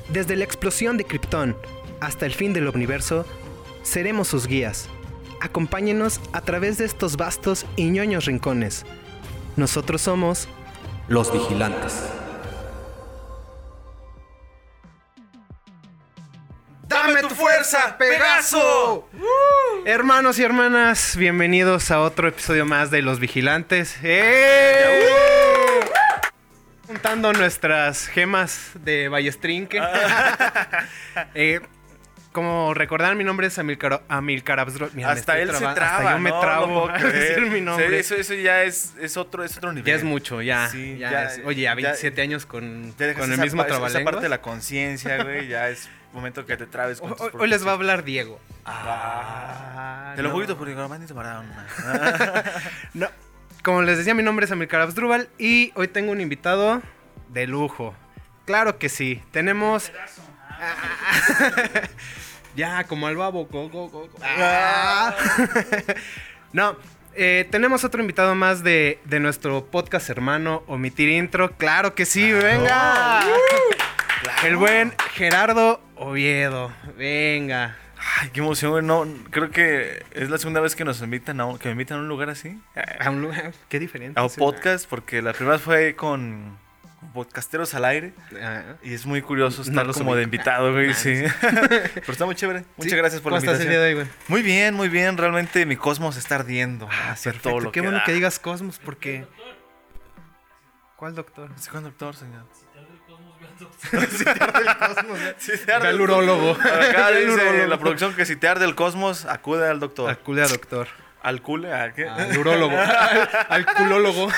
Desde la explosión de Krypton hasta el fin del universo, seremos sus guías. Acompáñenos a través de estos vastos y ñoños rincones. Nosotros somos los Vigilantes. ¡Dame tu fuerza, Pegaso! Hermanos y hermanas, bienvenidos a otro episodio más de Los Vigilantes. Juntando nuestras gemas de Ballestrinque. Como recordarán, mi nombre es Amilcar Absdrol. Hasta él se traba. Hasta yo me trabo a decir mi nombre. Eso ya es otro nivel. Ya es mucho, ya. Sí, ya es. Oye, a 27 años con el mismo trabalenguas. Esa parte de la conciencia, güey, ya es momento que te trabes con tus Hoy les va a hablar Diego. Te lo juro porque Armandito Maradona. No. Como les decía, mi nombre es Amilcar Absdrúbal y hoy tengo un invitado de lujo. Claro que sí. Tenemos... Ya, como al babo. No, tenemos otro invitado más de nuestro podcast hermano, Omitir Intro. Claro que sí, venga. El buen Gerardo Oviedo. Venga. Ay, qué emoción, güey. No, creo que es la segunda vez que nos invitan que me invitan a un lugar así. A un lugar, qué diferente. A un podcast, porque la primera fue con Podcasteros al Aire. Y es muy curioso estar como de invitado, güey, sí. Pero está muy chévere. Muchas gracias por la invitación. ¿Cómo estás el día de hoy, güey? Muy bien. Realmente mi cosmos está ardiendo. Perfecto. Todo lo qué bueno que digas cosmos, porque... ¿Cuál doctor? ¿Cuál doctor, señor? Si te arde el cosmos. Si te arde el urólogo. Acá dice la producción que si te arde el cosmos, acude al doctor. Acude al doctor. ¿Al cule? ¿A qué? Al urólogo. Al culólogo.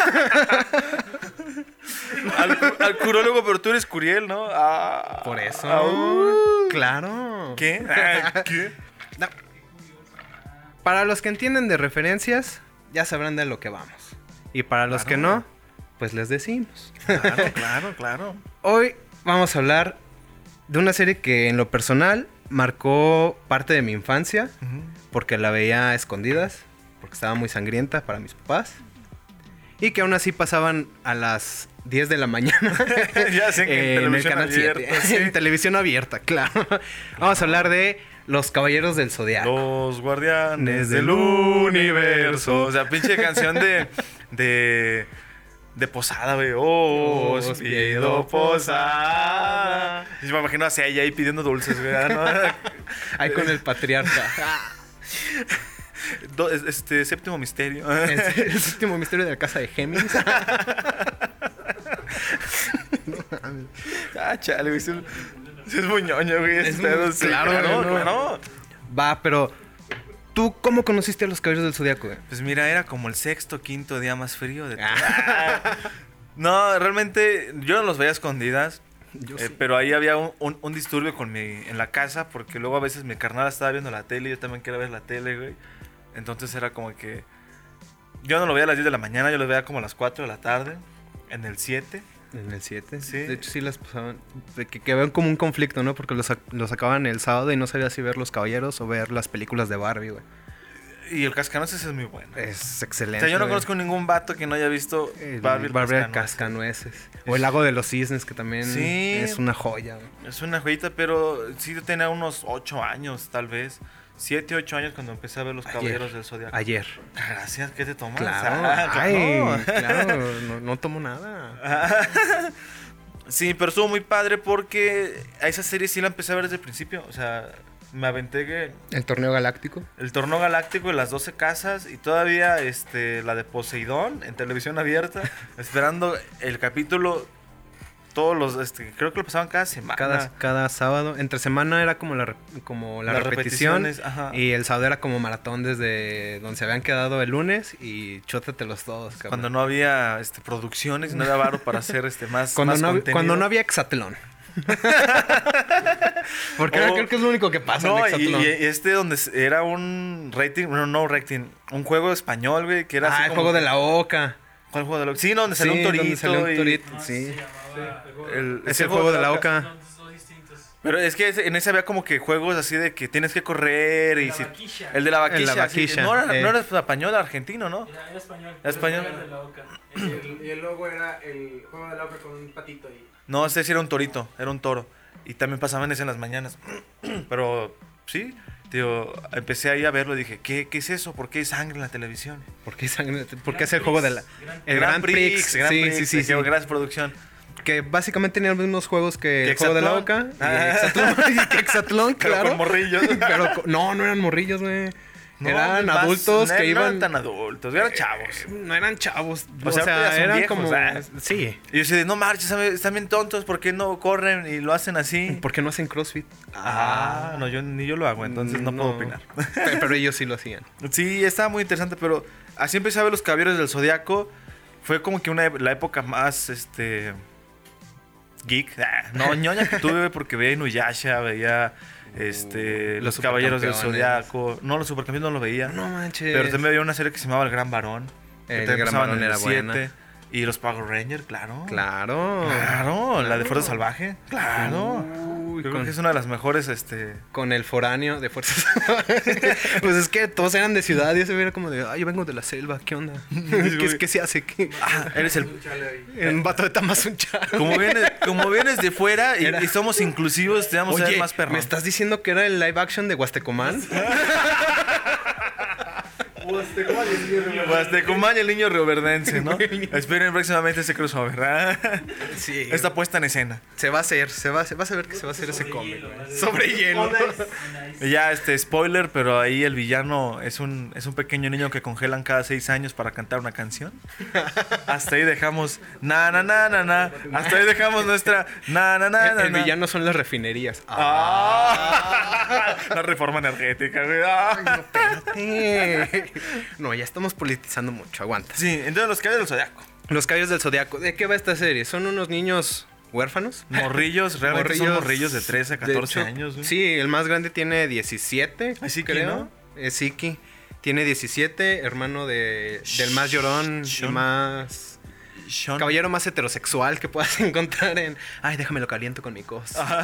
al curólogo, pero tú eres Curiel, ¿no? Por eso. Claro. ¿Qué? ¿Qué? No. Para los que entienden de referencias, ya sabrán de lo que vamos. Y para los que no, pues les decimos. Claro. Hoy vamos a hablar de una serie que en lo personal marcó parte de mi infancia. Porque la veía a escondidas. Porque estaba muy sangrienta para mis papás. Y que aún así pasaban a las 10 de la mañana. Ya sé que en el canal 7. Sí. En televisión abierta, claro. Vamos a hablar de Los Caballeros del Zodiaco. Los Guardianes del Universo. O sea, pinche canción de Posada, güey. Os pido posada. Y me imagino hacia ella ahí pidiendo dulces, güey. ¿No? Ahí con el patriarca. Séptimo misterio. El séptimo misterio de la casa de Géminis. Chale, güey. Es muy ñoño, güey. Claro. Va, pero... ¿Tú cómo conociste a los Caballeros del Zodiaco, güey? Pues mira, era como el sexto, quinto día más frío de todo. No, realmente yo no los veía a escondidas. Sí. Pero ahí había un disturbio en la casa, porque luego a veces mi carnal estaba viendo la tele y yo también quería ver la tele, güey. Entonces era como que... Yo no lo veía a las 10 de la mañana, yo lo veía como a las 4 de la tarde, en el 7. ¿En el 7? Sí. De hecho sí las pasaban... Que vean como un conflicto, ¿no? Porque los sacaban el sábado y no sabía si ver Los Caballeros o ver las películas de Barbie, güey. Y el Cascanueces es muy bueno. Es excelente. O sea, yo no conozco ningún vato que no haya visto Barbie Cascanueces. O El Lago de los Cisnes, que también es una joya, güey. Es una joyita, pero sí yo tenía unos 8 años, tal vez. 7, 8 años cuando empecé a ver Los Caballeros del Zodiaco. Ayer. Gracias, ¿qué te tomas? Claro, no tomo nada. Sí, pero estuvo muy padre porque a esa serie sí la empecé a ver desde el principio. O sea, me aventé que... ¿El Torneo Galáctico? El Torneo Galáctico y las 12 casas. Y todavía la de Poseidón en televisión abierta. Esperando el capítulo... Todos los... creo que lo pasaban cada semana. Cada sábado. Entre semana era como la repetición. Ajá. Y el sábado era como maratón desde donde se habían quedado el lunes. Y chótatelos todos, cabrón. Cuando no había producciones y no había varo para hacer más contenido. Cuando no había Exatlón. Porque creo que es lo único que pasa en Exatlón. Y donde era un rating... No rating. Un juego español, güey. Que era así el juego de la Oca. ¿Cuál juego de la Oca? Sí, donde salió un torito. Sí. Es el juego de la Oca. Pero es que en ese había como que juegos así de que tienes que correr y si... El de la vaquilla. Sí. No era español, argentino, ¿no? Era español. Era español. Y el logo era el juego de la Oca con un patito ahí. No, ese sí era un torito, era un toro. Y también pasaban eso en las mañanas. Pero sí, tío, empecé ahí a verlo y dije, ¿qué es eso? ¿Por qué hay sangre en la televisión? ¿Por qué sangre? ¿Por qué es el juego de la... El Grand Prix. Sí. Gracias, producción. Que básicamente tenían los mismos juegos que el juego de la Oca. Y Hexatlón, claro. Pero con morrillos. No eran morrillos, güey. No, eran adultos que iban... No eran tan adultos, eran chavos. No eran chavos. O sea eran viejos, como... Sí. Y yo decía, no marches, están bien tontos, ¿por qué no corren y lo hacen así? ¿Por qué no hacen CrossFit? No, ni yo lo hago, entonces no puedo opinar. Pero ellos sí lo hacían. Sí, estaba muy interesante, pero así empecé a ver los Caballeros del Zodiaco. Fue como que la época más, geek. No, ñoña que tuve porque veía Inuyasha, veía... los Caballeros del Zodiaco. No, los Supercampeones no lo veía. No manches. Pero también veía una serie que se llamaba El Gran Varón. El Gran Varón era buena. Y los Power Rangers, claro. Claro. La de Fuerza Salvaje. Claro. Creo que es una de las mejores, Con el foráneo de Fuerza Salvaje. Pues es que todos eran de ciudad y eso era como de, yo vengo de la selva, ¿qué onda? ¿Qué se hace? Eres el vato de Tamazunchale. Como vienes de fuera y somos inclusivos, te vamos a ver más perro. ¿Me estás diciendo que era el live action de Huastecomán? Huastecomán y el niño rioverdense, ¿no? Esperen próximamente ese crossover, ¿verdad? Sí. Esta puesta en escena. Se va a hacer, vas a ver que se va a hacer ese cómic. Sobre hielo. Ya, spoiler, pero ahí el villano es un pequeño niño que congelan cada 6 años para cantar una canción. Hasta ahí dejamos na. Hasta ahí dejamos nuestra na. El villano son las refinerías. La reforma energética, güey. Ay, no, espérate. No, ya estamos politizando mucho, aguanta. Sí, entonces los Caballeros del Zodiaco. Los Caballeros del Zodiaco. ¿De qué va esta serie? Son unos niños huérfanos. Realmente son morrillos de 13 a 14 años. ¿Sí? Sí, el más grande tiene 17, creo. ¿No? Es Iki. Tiene 17, hermano del más llorón, el más... caballero más heterosexual que puedas encontrar en... Ay, déjame lo caliento con mi cosa.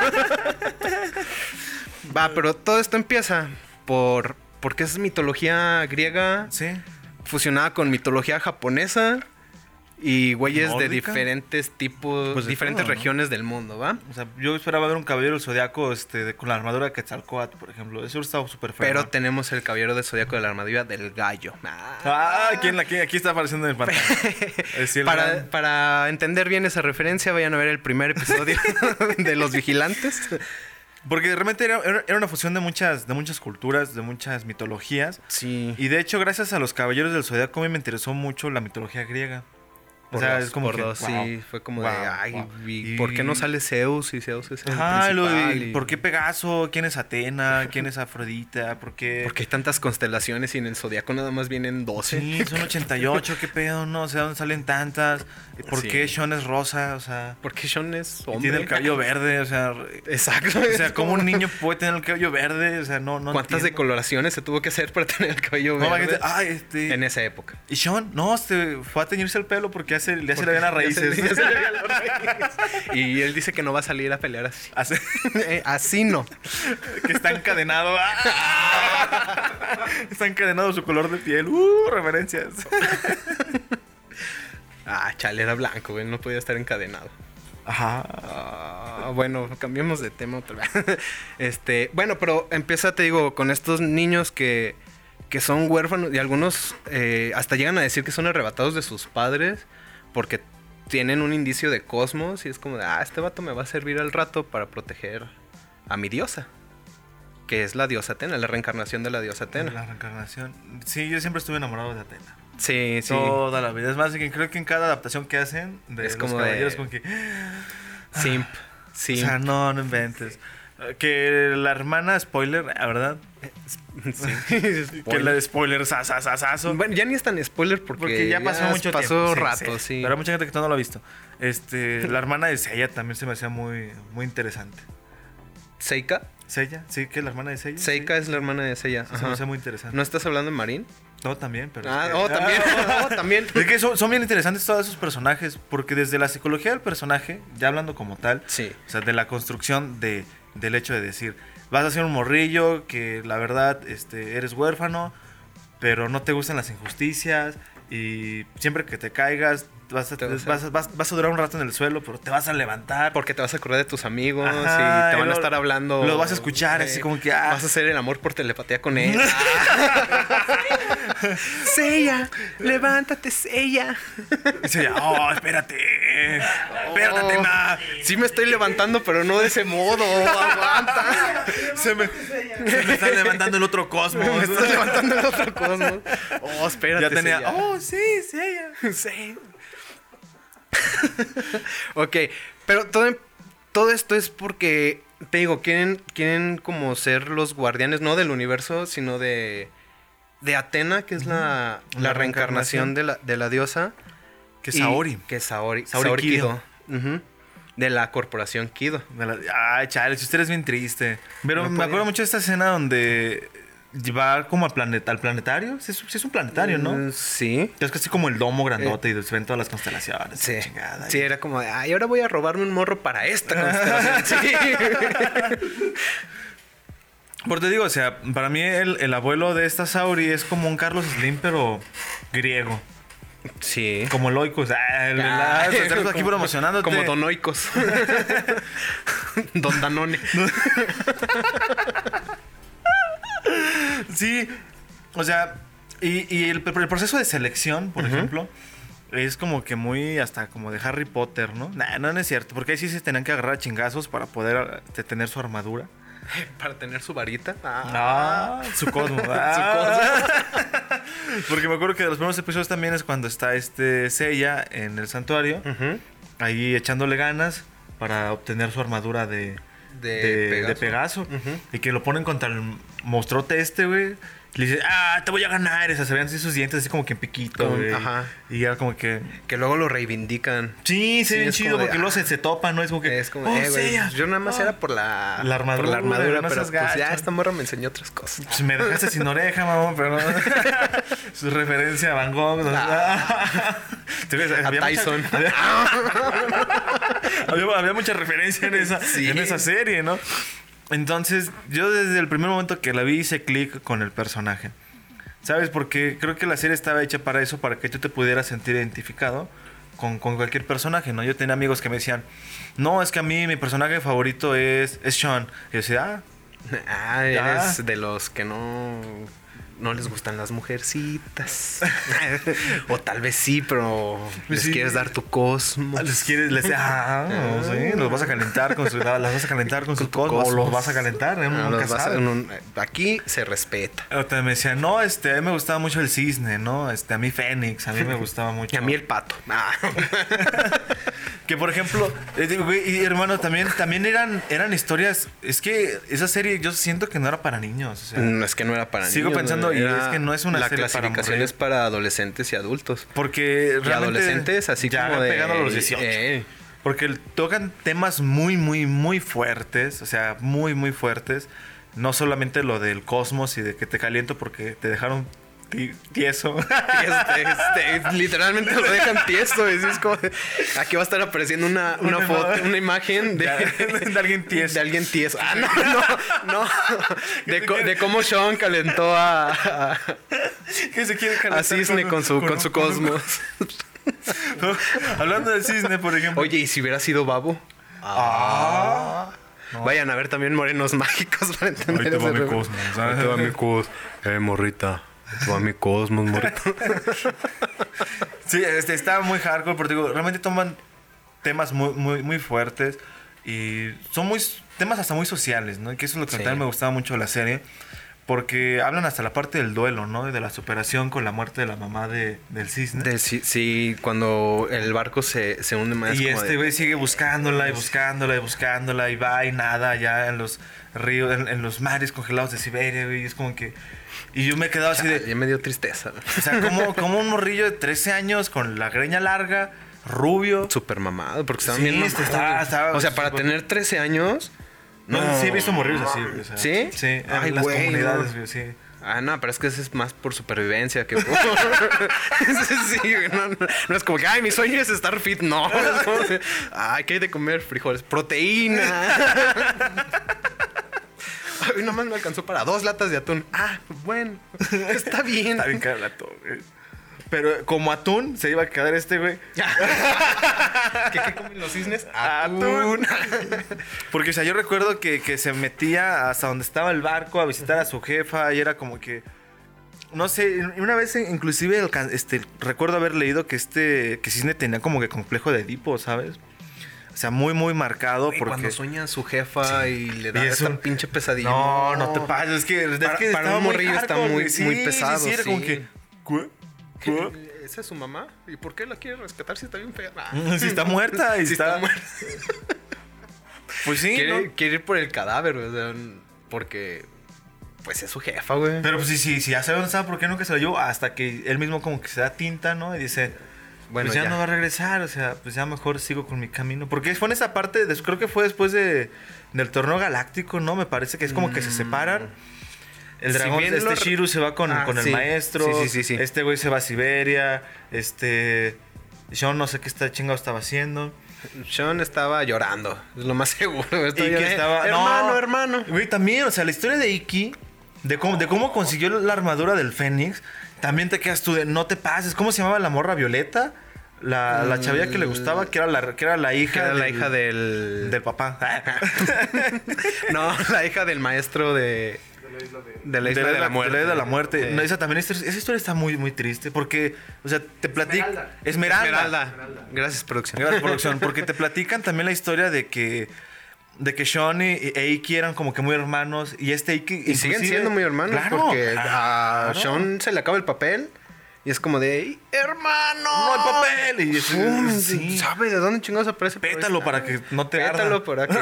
Va, pero todo esto empieza porque es mitología griega, sí, fusionada con mitología japonesa y güeyes ¿nórdica? De diferentes tipos, pues diferentes todo, ¿no? regiones del mundo, ¿va? O sea, yo esperaba ver un caballero del Zodiaco con la armadura de Quetzalcóatl, por ejemplo. Eso estaba súper feo. Pero tenemos el caballero del Zodiaco de la armadura del gallo. Aquí está apareciendo en el pantalla. Para entender bien esa referencia, vayan a ver el primer episodio de Los Vigilantes. Porque realmente era una fusión de muchas culturas, de muchas mitologías. Sí. Y de hecho, gracias a los Caballeros del Zodiaco, a mí me interesó mucho la mitología griega. Es como que, sí, fue como ¿por qué no sale Zeus? Y Zeus es el principal. ¿Por qué Pegaso? ¿Quién es Atena? ¿Quién es Afrodita? ¿Por qué? Porque hay tantas constelaciones y en el Zodiaco nada más vienen 12. Sí, son 88, ¿qué pedo? No, o sea, ¿dónde salen tantas? ¿Por qué Sean es rosa? O sea... ¿por qué Sean es hombre? Y tiene el cabello verde, o sea... Exacto. O sea, ¿cómo un niño puede tener el cabello verde? O sea, no ¿cuántas decoloraciones se tuvo que hacer para tener el cabello verde? En esa época. ¿Y Sean? No, fue a teñirse el pelo porque le hace la bien a raíces. Y él dice que no va a salir a pelear así. Así no. Que está encadenado. Está encadenado su color de piel. Referencias. Chale, era blanco, güey. No podía estar encadenado. Ajá. Bueno, cambiemos de tema otra vez. Bueno, pero empieza, te digo, con estos niños que son huérfanos y algunos hasta llegan a decir que son arrebatados de sus padres porque tienen un indicio de cosmos y es como de, este vato me va a servir al rato para proteger a mi diosa, que es la diosa Atena, la reencarnación de la diosa Atena. La reencarnación. Sí, yo siempre estuve enamorado de Atena. Sí. Toda la vida. Es más, creo que en cada adaptación que hacen de es los como caballeros, como que... Simp. O sea, no inventes. Que la hermana, spoiler, ¿verdad? Sí. Que la de spoiler, sasasasazo. Bueno, ya ni es tan spoiler porque ya pasó mucho tiempo. Pasó rato, sí. Pero hay mucha gente que todavía no lo ha visto. La hermana de Seiya también se me hacía muy, muy interesante. ¿Seika? ¿Seiya? Sí, que es la hermana de Seiya. Seika es la hermana de Seiya. Se me hacía muy interesante. ¿No estás hablando de Marín? No, también, pero... también. Es que son bien interesantes todos esos personajes, porque desde la psicología del personaje, ya hablando como tal, sí. O sea, de la construcción del hecho de decir, vas a ser un morrillo que la verdad eres huérfano, pero no te gustan las injusticias, Y siempre que te caigas, vas a durar un rato en el suelo, pero te vas a levantar. Porque te vas a acordar de tus amigos. Ajá, y te van a estar hablando. Lo vas a escuchar así como que... Vas a hacer el amor por telepatía con él. Seiya, levántate, Seiya. Y Seiya, espérate. Espérate, ma. Sí me estoy levantando, pero no de ese modo. Aguanta. Se me está levantando el otro cosmos. Me está levantando el otro cosmos. Espérate, ya tenía... Seiya. Sí, Seiya. Sí. Ok, pero todo esto es porque, te digo, quieren como ser los guardianes, no del universo, sino de Atena, que es la reencarnación de la diosa. Que es Saori. Que es Saori Kido. De la corporación Kido. Ay, chale, si usted es bien triste. Pero me acuerdo mucho de esta escena donde va como al planetario. Sí, es un planetario, ¿no? Sí. Es casi como el domo grandote y se ven todas las constelaciones. Sí. Chingada, sí, era como de, ahora voy a robarme un morro para esta constelación. Sí. Por te digo, o sea, para mí el abuelo de esta Saori es como un Carlos Slim, pero griego. Sí. Como Loicos. Estamos aquí promocionándote. Como Don Oikos. Don Danone. Sí. O sea, y el proceso de selección, por ejemplo, es como que muy hasta como de Harry Potter, ¿no? No es cierto. Porque ahí sí se tenían que agarrar a chingazos para poder tener su armadura. Para tener su varita. Su cosmo. Porque me acuerdo que de los primeros episodios también es cuando está Seiya en el santuario. Ahí echándole ganas para obtener su armadura de Pegaso. Y que lo ponen contra el monstruote güey. Le dice, te voy a ganar. Se veían así sus dientes así como que en piquito, güey. Ajá. Y era como que... Que luego lo reivindican. Sí, se ve bien chido porque luego se topan, ¿no? Es como que... Es como, güey, yo nada más era por la armadura. Por la armadura, no, pero pues ya esta morra me enseñó otras cosas. Pues me dejaste sin oreja, mamá, pero... Su referencia a Van Gogh. A Tyson. Había mucha referencia en esa serie, ¿no? Entonces, yo desde el primer momento que la vi hice clic con el personaje. ¿Sabes? Porque creo que la serie estaba hecha para eso, para que tú te pudieras sentir identificado con cualquier personaje, ¿no? Yo tenía amigos que me decían, no, es que a mí mi personaje favorito es Sean. Y yo decía, eres de los que no les gustan las mujercitas. O tal vez sí, pero les quieres dar tu cosmos. Sí, los vas a calentar con su cosmos. O los vas a calentar, aquí se respeta. Otra me decían, no, a mí me gustaba mucho el cisne, ¿no? A mí Fénix, a mí me gustaba mucho. Y a mí el pato. Que por ejemplo, y hermano, también eran historias. Es que esa serie yo siento que no era para niños. O sea, no, es que no era para niños. Sigo pensando, y es que no es una serie para la clasificación es para adolescentes y adultos. Porque realmente adolescentes así ya como de pegando a los 18. Porque tocan temas muy, muy, muy fuertes. O sea, muy, muy fuertes. No solamente lo del cosmos y de que te caliento porque te dejaron tieso. Literalmente lo dejan tieso. Es como, aquí va a estar apareciendo una foto, una imagen de alguien tieso. De alguien tieso. No. De cómo Sean calentó a que se quiere calentar a Cisne con su cosmos. Hablando de Cisne, por ejemplo. Oye, ¿y si hubiera sido Babo? No. Vayan a ver también Morenos Mágicos para entender. Ahí te va mi cosmos. Ahí te va mi cosmos. Morrita. A mi cosmos, morrito. Sí, está muy hardcore, pero digo, realmente toman temas muy, muy, muy fuertes y son temas hasta muy sociales, ¿no? Y que eso es lo que también me gustaba mucho de la serie, porque hablan hasta la parte del duelo, ¿no? Y de la superación con la muerte de la mamá del cisne. Sí, cuando el barco se hunde más. Y güey sigue buscándola y buscándola y va y nada allá en los ríos, en los mares congelados de Siberia, güey. Y es como que... Y yo me he quedado así de... Ya me dio tristeza. O sea, como un morrillo de 13 años con la greña larga, rubio. Súper mamado, porque estaban bien mamados. Estaba o sea, para tener 13 años... No, sí he visto morrillos así. O sea, ¿sí? Sí, en las comunidades, güey, sí. No, pero es que eso es más por supervivencia que por... Sí, no es como que, mi sueño es estar fit. No. Es como que, ¿qué hay de comer? Frijoles. Proteína. Ay, nomás me alcanzó para 2 latas de atún. Bueno. Está bien. Está bien caro el atún, güey. Pero como atún se iba a quedar este güey. ¿Qué comen los cisnes? Atún. Porque, o sea, yo recuerdo que se metía hasta donde estaba el barco a visitar a su jefa y era como que... No sé, una vez inclusive recuerdo haber leído que Cisne tenía como que complejo de Edipo, ¿sabes? O sea, muy, muy marcado. Güey, porque cuando sueña a su jefa y le da esta pinche pesadilla. No te pases. Es que para un morrillo está muy pesado. Sí, era como que... ¿Qué? ¿Esa es su mamá? ¿Y por qué la quiere rescatar si está bien fea? Si está muerta. Y si está muerta. Pues sí, quiere ir por el cadáver, o sea, porque... Pues es su jefa, güey. Pero pues sí, ya sabe dónde estaba, ¿por qué nunca se lo llevó? Hasta que él mismo como que se da tinta, ¿no? Y dice, bueno, pues ya no va a regresar, o sea, pues ya mejor sigo con mi camino. Porque fue en esa parte, creo que fue después del torneo galáctico, ¿no? Me parece que es como que se separan. El dragón de Shiryu se va con el maestro. Sí. Este güey se va a Siberia. Sean no sé qué chingado estaba haciendo. Sean estaba llorando, es lo más seguro. Hermano. Güey, también, o sea, la historia de Ikki... De cómo consiguió la armadura del Fénix. También te quedas tú de no te pases. ¿Cómo se llamaba la morra Violeta? La chavilla que le gustaba, que era la hija. Era la hija del papá. No, la hija del maestro de la isla de la muerte. De la isla de la muerte. No, esa historia está muy, muy triste. Porque, o sea, te platican. Esmeralda. Gracias, producción. Gracias, producción. Porque te platican también la historia de que Sean y Ikki eran como que muy hermanos. Y Ikki... Y siguen siendo muy hermanos. Claro, porque a Sean se le acaba el papel. Y es como de... ¡Hermano! ¡No hay papel! Y sí. ¿Sabe de dónde chingados aparece? Pétalo para que no te arda. Pétalo para que...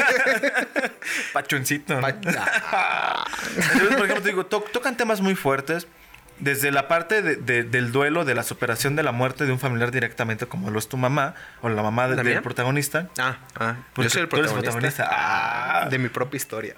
Pachoncito, ¿no? Entonces, por ejemplo, te digo, tocan temas muy fuertes. Desde la parte del duelo, de la superación de la muerte de un familiar directamente, como lo es tu mamá, o la mamá del protagonista. Yo soy el protagonista. De mi propia historia.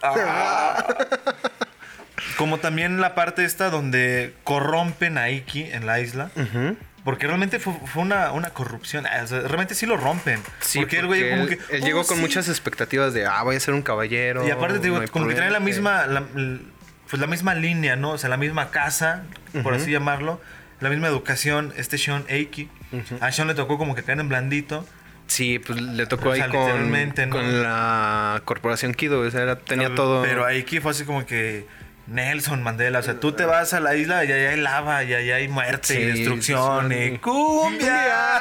Como también la parte esta donde corrompen a Ikki en la isla. Porque realmente fue una corrupción. O sea, realmente sí lo rompen. Sí, porque el güey como que... Él llegó con muchas expectativas de... voy a ser un caballero. Y aparte, te digo, como que trae la misma... Pues la misma línea, ¿no? O sea, la misma casa, por así llamarlo. La misma educación, Sean Ikki. A Sean le tocó como que caer en blandito. Sí, pues le tocó ahí con la corporación Kido. O sea, tenía todo... Pero a Ikki fue así como que... Nelson Mandela. O sea, tú te vas a la isla y allá hay lava y allá hay muerte y destrucción y... ¡Cumbia!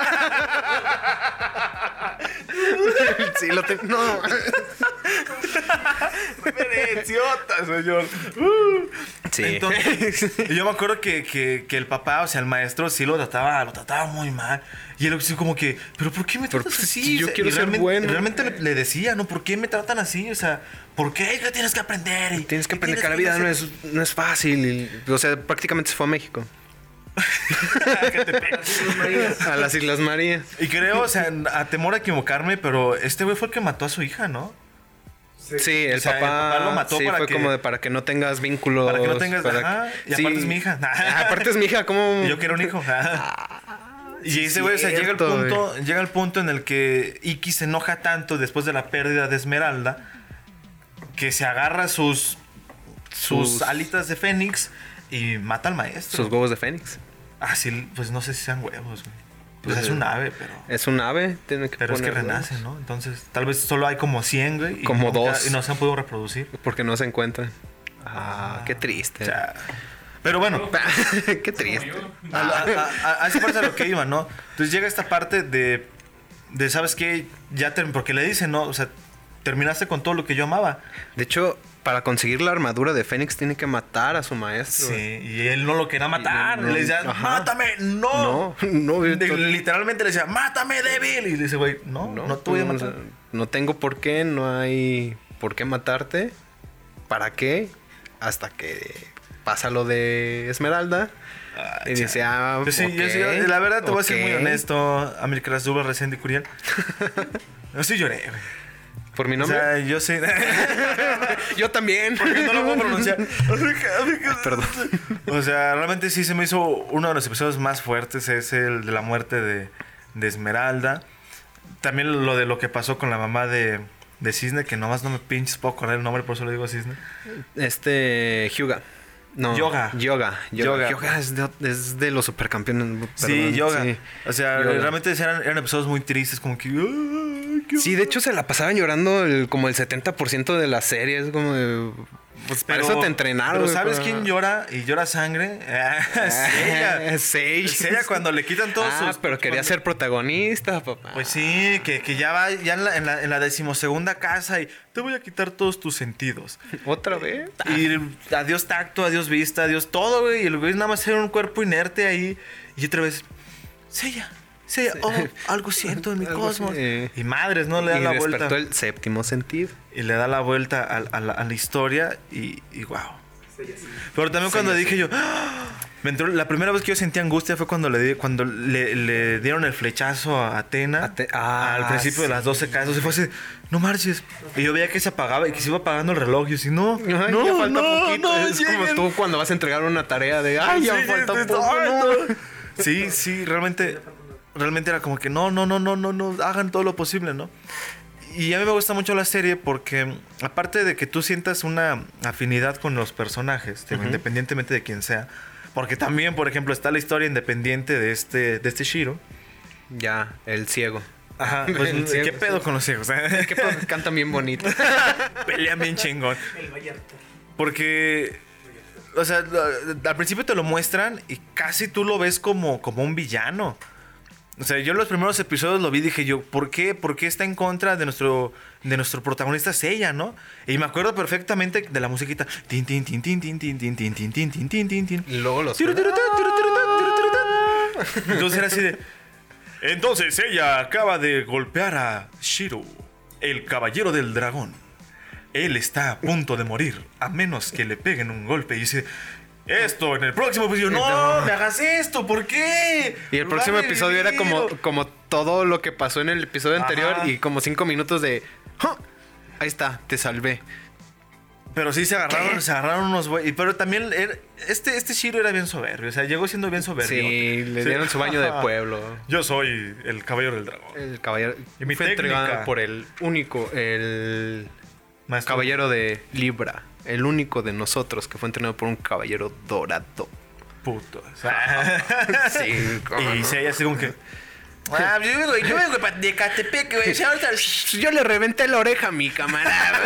Sí, lo tengo... No... Referenciota, señor. Sí. Entonces, yo me acuerdo que el papá, o sea, el maestro, sí lo trataba muy mal. Y él así como que, ¿pero por qué me tratas así? Yo quiero ser bueno. Realmente le decía, ¿no? ¿Por qué me tratan así? O sea, ¿por qué tienes que aprender? Tienes que aprender que la vida no es fácil. O sea, prácticamente se fue a México. Que te pegas a las Islas Marías. Y creo, o sea, a temor a equivocarme, pero este güey fue el que mató a su hija, ¿no? Sí, el papá lo mató para que no tengas vínculos. Para que no tengas... Y aparte es mi hija. Aparte es mi hija, ¿cómo? Y yo quiero un hijo. Y ese güey, o sea, llega el punto en el que Ikki se enoja tanto después de la pérdida de Esmeralda que se agarra sus alitas de Fénix y mata al maestro. Sus huevos de Fénix. Sí, pues no sé si sean huevos, güey. Pues es un ave, pero... Es un ave, tiene que pero es que renace, huevos, ¿no? Entonces, tal vez solo hay como 100, güey. Como 2. Y no se han podido reproducir. Porque no se encuentran. Qué triste. O sea, pero bueno. Qué triste. A esa parte de lo que iba, ¿no? Entonces llega esta parte de ¿sabes qué? Porque le dicen, ¿no? O sea, terminaste con todo lo que yo amaba. De hecho... Para conseguir la armadura de Fénix tiene que matar a su maestro. Sí, y él no lo quería matar. Le decía, ¡mátame! ¡No! Literalmente le decía, ¡mátame, débil! Y le dice, güey, no te voy a matar. No tengo por qué, no hay por qué matarte. ¿Para qué? Hasta que pasa lo de Esmeralda. Y dice, yo sí, la verdad te voy a ser muy honesto. Amílcar Zuba, recién de Curiel. Yo sí lloré, güey. ¿Por mi nombre? O sea, yo sé. Yo también. Porque no lo puedo pronunciar. Perdón. O sea, realmente sí se me hizo uno de los episodios más fuertes. Es el de la muerte de Esmeralda. También lo que pasó con la mamá de Cisne, que nomás no me pinches puedo acordar el nombre, por eso le digo a Cisne. Hyuga. No, Yoga. Yoga es de los supercampeones. Sí, Yoga. Sí. O sea, Yoga. realmente eran episodios muy tristes, como que... Sí, de hecho se la pasaban llorando como el 70% de la serie. Es como de... Pues para eso te entrenaron. Pero ¿sabes quién llora y llora sangre? Sage. Seiya cuando le quitan todos sus... pero quería ser protagonista, papá. Pues sí, que ya va ya en la 12ª casa y te voy a quitar todos tus sentidos. ¿Otra vez? Y adiós tacto, adiós vista, adiós todo, güey. Y el güey nada más era un cuerpo inerte ahí. Y otra vez, Seiya, oh, algo siento en mi cosmos. Y madres, ¿no? Le da la vuelta. Despertó el séptimo sentido. Y le da la vuelta a la historia y wow. Pero también cuando dije yo... Me entró, la primera vez que yo sentí angustia fue cuando le dieron el flechazo a Atena al principio de las 12 casas. Y fue así, no marches. Y yo veía que se apagaba y que se iba apagando el reloj. Y yo así, no, ya falta poquito. Es como tú cuando vas a entregar una tarea de, ya falta poco. Sí, realmente era como que no, hagan todo lo posible, ¿no? Y a mí me gusta mucho la serie porque, aparte de que tú sientas una afinidad con los personajes, independientemente de quién sea, porque también, por ejemplo, está la historia independiente de este Shiro. Ya, el ciego. Ajá, pues, ¿qué pedo con los ciegos? ¿Qué pedo? Cantan bien bonito. Pelean bien chingón. Porque, o sea, al principio te lo muestran y casi tú lo ves como un villano. O sea, yo los primeros episodios lo vi y dije yo, ¿por qué? ¿Por qué está en contra de nuestro protagonista Seiya, no? Y me acuerdo perfectamente de la musiquita. Tin, tin, tin, tin, tin, tin, tin, tin, tin, tin, tin, tin, tin, tin. Y luego los... Entonces era así de... Entonces Seiya acaba de golpear a Shiro, el caballero del dragón. Él está a punto de morir, a menos que le peguen un golpe. Y dice... Esto, en el próximo episodio, no, me hagas esto, ¿por qué? Y el próximo episodio era como todo lo que pasó en el episodio anterior y como 5 minutos de... ¡Oh! Ahí está, te salvé. Pero sí se agarraron unos güeyes. Pero también este Shiro era bien soberbio, o sea, llegó siendo bien soberbio. Sí, le dieron su baño de pueblo. Yo soy el caballero del dragón. El caballero... Y mi fue técnica. entregado por el único, el Maestro. caballero de Libra. El único de nosotros que fue entrenado por un caballero dorado. Puto. Sí, y se haya así como que... yo vengo de Catepec, güey. Yo le reventé la oreja a mi camarada.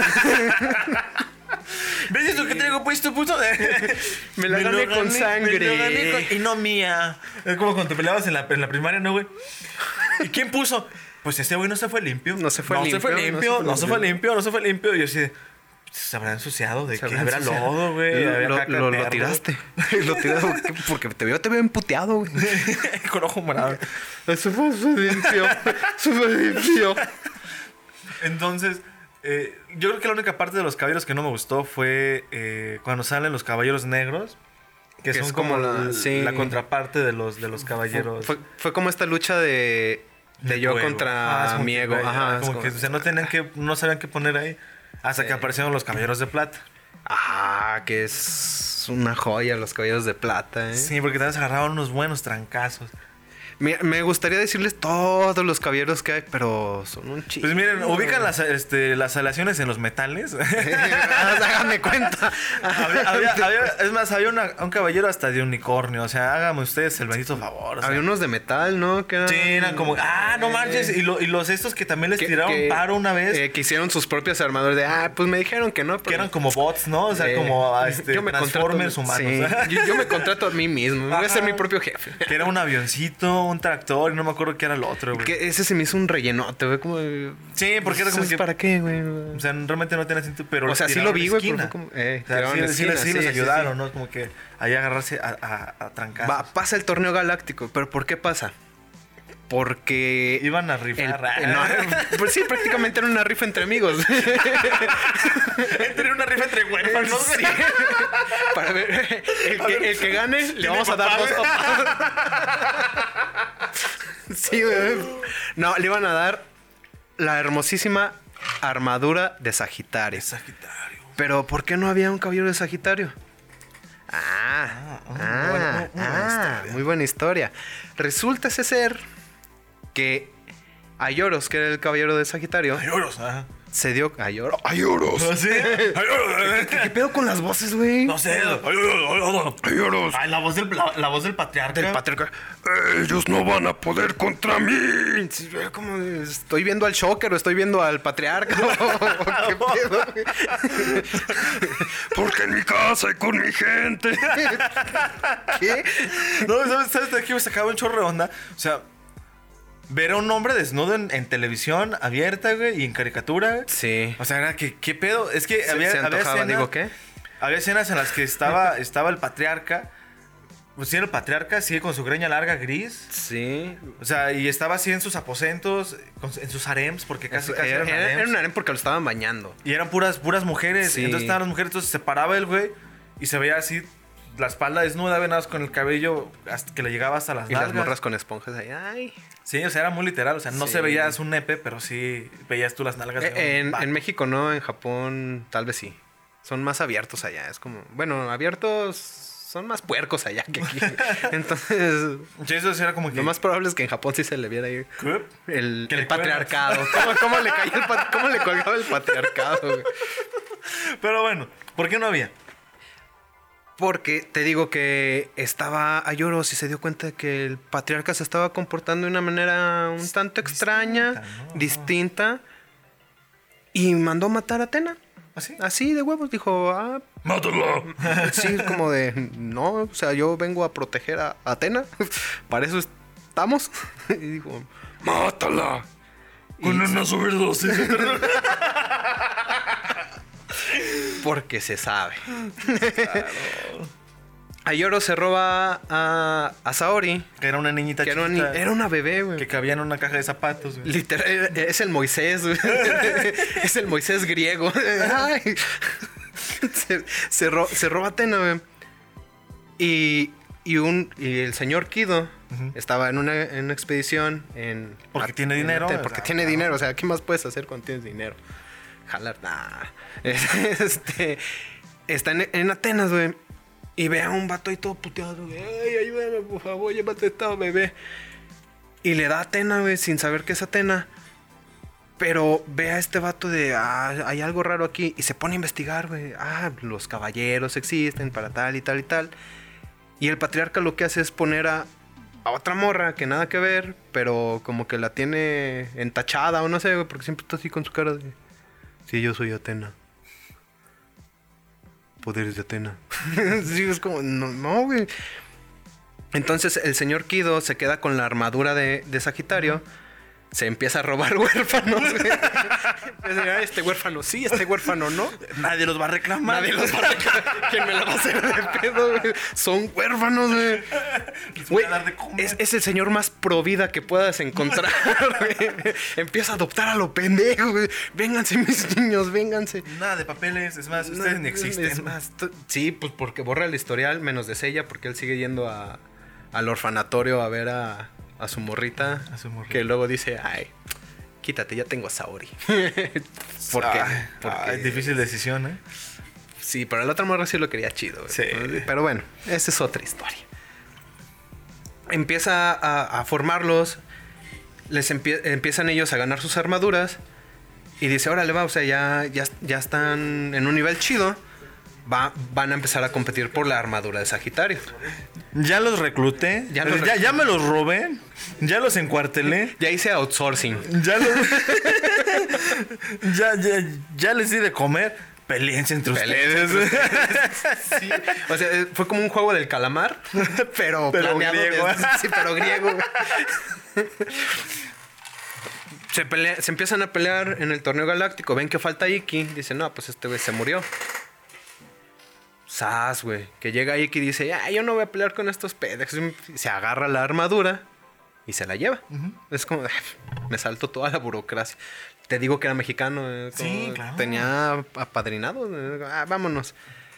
¿Ves eso que traigo puesto, puto? Me la gané con sangre. Y no mía. Es como cuando te peleabas en la primaria, ¿no, güey? ¿Y quién puso? Pues ese güey no se fue limpio. No se fue limpio. Y yo así de... Se habrá ensuciado de que habrá ensuciado. lodo, güey. Lo tiraste. Lo tiraste porque te veo emputeado, güey. Con ojo morado. Eso fue limpio. Entonces, yo creo que la única parte de los caballeros que no me gustó fue cuando salen los caballeros negros. Que son como la contraparte de los caballeros. Fue como esta lucha de yo contra mi ego. Ajá. Como que o sea, no sabían qué poner ahí. Hasta que aparecieron los caballeros de plata. Que es una joya los caballeros de plata, ¿eh? Sí, porque también se agarraron unos buenos trancazos. Me gustaría decirles todos los caballeros que hay, pero son un chico. Pues miren, ubican las aleaciones en los metales. Háganme cuenta. Había un caballero hasta de unicornio. O sea, háganme ustedes el bendito favor. O sea, había unos de metal, ¿no? Que sí, eran como... no manches. Y los estos que también les tiraron paro una vez. Que hicieron sus propios armadores de... pues me dijeron que no. Pero... Que eran como bots, ¿no? O sea, como Transformers humanos. Sí. Yo me contrato a mí mismo. Voy a ser mi propio jefe. Que era un avioncito, un tractor y no me acuerdo qué era el otro, güey. Que ese se me hizo un rellenote, güey, como... Sí, porque era como que... ¿Para qué, güey? O sea, realmente no tenía sentido, pero... O sea, sí lo vi, güey, pero fue como... sí les ayudaron, ¿no? Como que ahí agarrarse a trancar. Pasa el torneo galáctico, pero ¿por qué pasa? Porque... Iban a rifar. Pues sí, prácticamente era una rifa entre amigos. Era una rifa entre huérfanos. Sí. Para ver, el que gane, le vamos a dar 2 papas. Sí, güey. No, le iban a dar la hermosísima armadura de Sagitario. Pero ¿por qué no había un caballero de Sagitario? Muy buena historia. Resulta ese ser que Aioros, que era el caballero de Sagitario, se dio... ¡Ayoros! ¿Sí? ¿Qué pedo con las voces, güey? No sé. ¡Ayoros! Ay, la voz del patriarca. Del patriarca. Ellos no van a poder contra mí. Sí, como estoy viendo al Shocker o estoy viendo al patriarca. ¿Qué pedo? Porque en mi casa y con mi gente. ¿Qué? No, ¿sabes de aquí me sacaba un chorro de onda? O sea, ver a un hombre desnudo en televisión abierta, güey, y en caricatura, güey. Sí. O sea, era que, ¿qué pedo? Es que había escenas, digo, ¿qué? Había escenas en las que estaba el patriarca. Pues sí, el patriarca sigue con su greña larga gris. Sí. O sea, y estaba así en sus aposentos, en sus harems, porque casi eran harems. Era un harem porque lo estaban bañando. Y eran puras mujeres. Sí. Entonces estaban las mujeres, entonces se paraba el güey y se veía así la espalda desnuda, venados con el cabello hasta que le llegaba hasta las nalgas. Y las morras con esponjas ahí. Ay. Sí, o sea, era muy literal. O sea, no Sí. se veía un nepe, pero sí veías tú las nalgas. En México no, en Japón tal vez sí. Son más abiertos allá. Es como... Bueno, abiertos... Son más puercos allá que aquí. Entonces... Sí, eso era como que... Lo más probable es que en Japón sí se le viera ahí el patriarcado. ¿Cómo le colgaba el patriarcado, güey? Pero bueno, ¿por qué no había? Porque te digo que estaba Ayoros y se dio cuenta de que el patriarca se estaba comportando de una manera un tanto extraña, distinta, y mandó matar a Atena. ¿Así? Así de huevos, dijo, ¡mátala! Sí, como de, no, o sea, yo vengo a proteger a Atena, para eso estamos. Y dijo, ¡mátala! Con una sobredosis. Porque se sabe. Claro. Ayoro se roba a Saori. Que era una niñita que chiquita. Era una bebé, güey. Que cabía en una caja de zapatos, güey. Literal, es el Moisés, güey. Es el Moisés griego. Ay. Se roba a Atena, güey. Y el señor Kido estaba en una expedición en... Porque tiene dinero. Porque tiene dinero. O sea, ¿qué más puedes hacer cuando tienes dinero? Jalar, nah. Está en Atenas, güey. Y ve a un vato ahí todo puteado, güey. Ay, ayúdame, por favor, llévate esta bebé. Y le da a Atena, güey, sin saber qué es Atena. Pero ve a este vato de, hay algo raro aquí. Y se pone a investigar, güey. Los caballeros existen para tal y tal y tal. Y el patriarca lo que hace es poner a otra morra que nada que ver, pero como que la tiene entachada o no sé, güey, porque siempre está así con su cara de... Sí, yo soy Atena. Poderes de Atena. Sí, es como, no, güey. Entonces el señor Kido se queda con la armadura de Sagitario. Se empieza a robar huérfanos, güey. Este huérfano sí, este huérfano no. Nadie los va a reclamar. ¿Quién me la va a hacer de pedo, güey? Son huérfanos, güey. Güey, es el señor más pro vida que puedas encontrar, güey. Empieza a adoptar a lo pendejo, güey. Vénganse, mis niños, vénganse. Nada de papeles, es más, ustedes ni existen. Es más, sí, pues porque borra el historial menos de Seiya, porque él sigue yendo al orfanatorio a ver a su morrita. Que luego dice, ay, quítate, ya tengo a Saori. porque es difícil decisión, ¿eh? Sí, pero la otra morra sí lo quería chido. Sí. Pero bueno, esa es otra historia. Empieza a formarlos. Empiezan ellos a ganar sus armaduras. Y dice, órale, va, o sea, ya están en un nivel chido. Van a empezar a competir por la armadura de Sagitario. Ya los recluté. Ya me los robé. Ya los encuartelé. Ya hice outsourcing. Ya les di de comer. Peleense entre ustedes. Sí. O sea, fue como un juego del calamar, pero planeado griego. Sí, pero griego. Se empiezan a pelear en el torneo galáctico. Ven que falta Iki. Dicen, no, pues este güey se murió. Sas, güey. Que llega Iki y dice, yo no voy a pelear con estos pendejos. Se agarra la armadura y se la lleva. Es como, me salto toda la burocracia. Te digo que era mexicano. Sí, claro. Tenía apadrinado. Vámonos.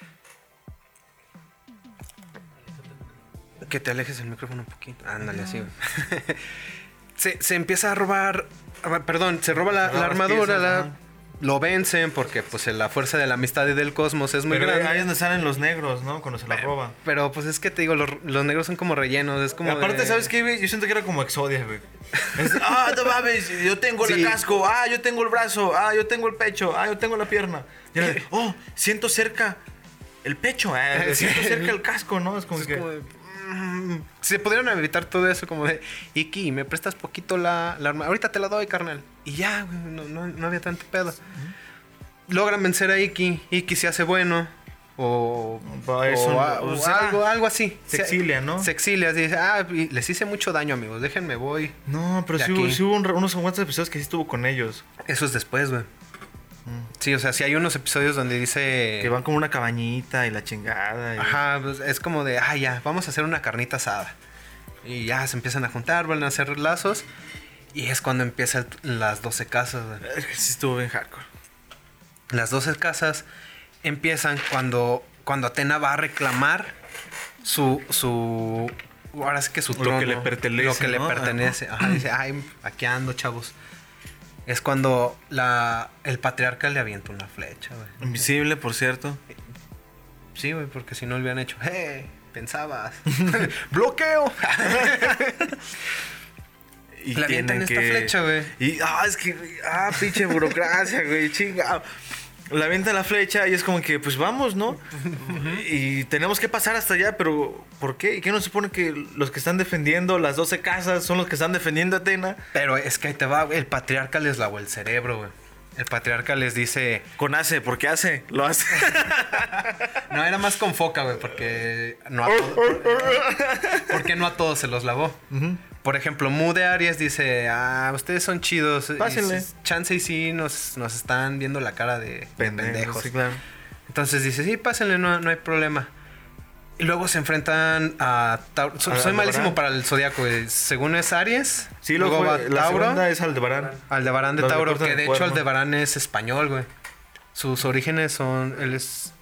Que te alejes el micrófono un poquito. Ándale, así. Se empieza a robar... Perdón, se roba la armadura, lo vencen porque pues la fuerza de la amistad y del cosmos es muy grande. Ahí es donde salen los negros, ¿no? Cuando se la roban. Pero pues es que te digo, los negros son como rellenos, es como aparte, ¿sabes qué, güey? Yo siento que era como Exodia, güey. No mames, yo tengo el casco, yo tengo el brazo, yo tengo el pecho, yo tengo la pierna. Y era de, siento cerca el pecho, siento cerca el casco, ¿no? Es como que... se pudieron evitar todo eso como de Iki, me prestas poquito la arma, ahorita te la doy, carnal. Y ya, güey, no había tanto pedo. Logran vencer a Iki se hace bueno. O algo así. Se exilia, ¿no? Se exilia, dice, les hice mucho daño, amigos, déjenme voy. No, pero sí hubo unos cuantos episodios que sí estuvo con ellos. Eso es después, güey. Sí, o sea, sí hay unos episodios donde dice... que van como una cabañita y la chingada. Ajá, pues es como de, ya, vamos a hacer una carnita asada. Y ya se empiezan a juntar, van a hacer lazos. Y es cuando empiezan las 12 casas, güey. Es que sí estuvo bien hardcore. Las 12 casas empiezan cuando Atena va a reclamar su ahora sí que su trono. Lo que le pertenece. Lo que le pertenece. Ajá, dice, aquí ando, chavos. Es cuando el patriarca le avienta una flecha, güey. Invisible, por cierto. Sí, güey, porque si no le hubieran hecho, pensabas. ¡Bloqueo! Y le avientan esta flecha, güey. Y, es que, pinche burocracia, güey, chinga. Le avientan la flecha y es como que, pues vamos, ¿no? Y tenemos que pasar hasta allá, pero ¿por qué? ¿Y qué nos supone que los que están defendiendo las 12 casas son los que están defendiendo a Atena? Pero es que ahí te va, güey. El patriarca les lavó el cerebro, güey. El patriarca les dice... Con hace, ¿por qué hace? Lo hace. No, era más con foca, güey, porque no a todos se los lavó. Por ejemplo, Mu de Aries dice, ustedes son chidos. Pásenle. Chance y sí nos están viendo la cara de pendejos. Sí, claro. Entonces dice, sí, pásenle, no hay problema. Y luego se enfrentan a Tauro. Soy malísimo para el zodiaco, güey. Según es Aries. Sí, luego va Tauro. La segunda es Aldebarán. Aldebarán de Tauro, que de hecho Aldebarán es español, güey. Sus orígenes son... Él es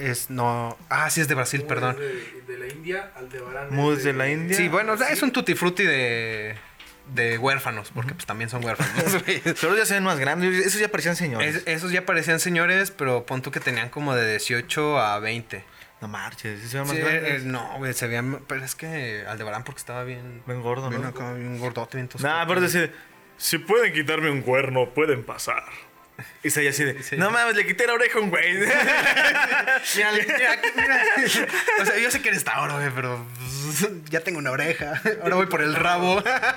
sí, es de Brasil, perdón. De la India, Aldebarán. Mus de la India. Sí, bueno, es un tutti frutti de huérfanos, porque pues también son huérfanos. Pero ya se ven más grandes, esos ya parecían señores. Esos ya parecían señores, pero pon tú que tenían como de 18 a 20. No marches, ¿sí se ven más grandes? No, güey, se veían... Pero es que Aldebarán porque estaba bien... Bien gordo, ¿no? Bien gordote, bien tosco. Pero decir, si pueden quitarme un cuerno, pueden pasar. Y se así de, no mames, le quité la oreja a un güey. Mira. O sea, yo sé que eres Tauro, güey, pero ya tengo una oreja. Ahora voy por el rabo.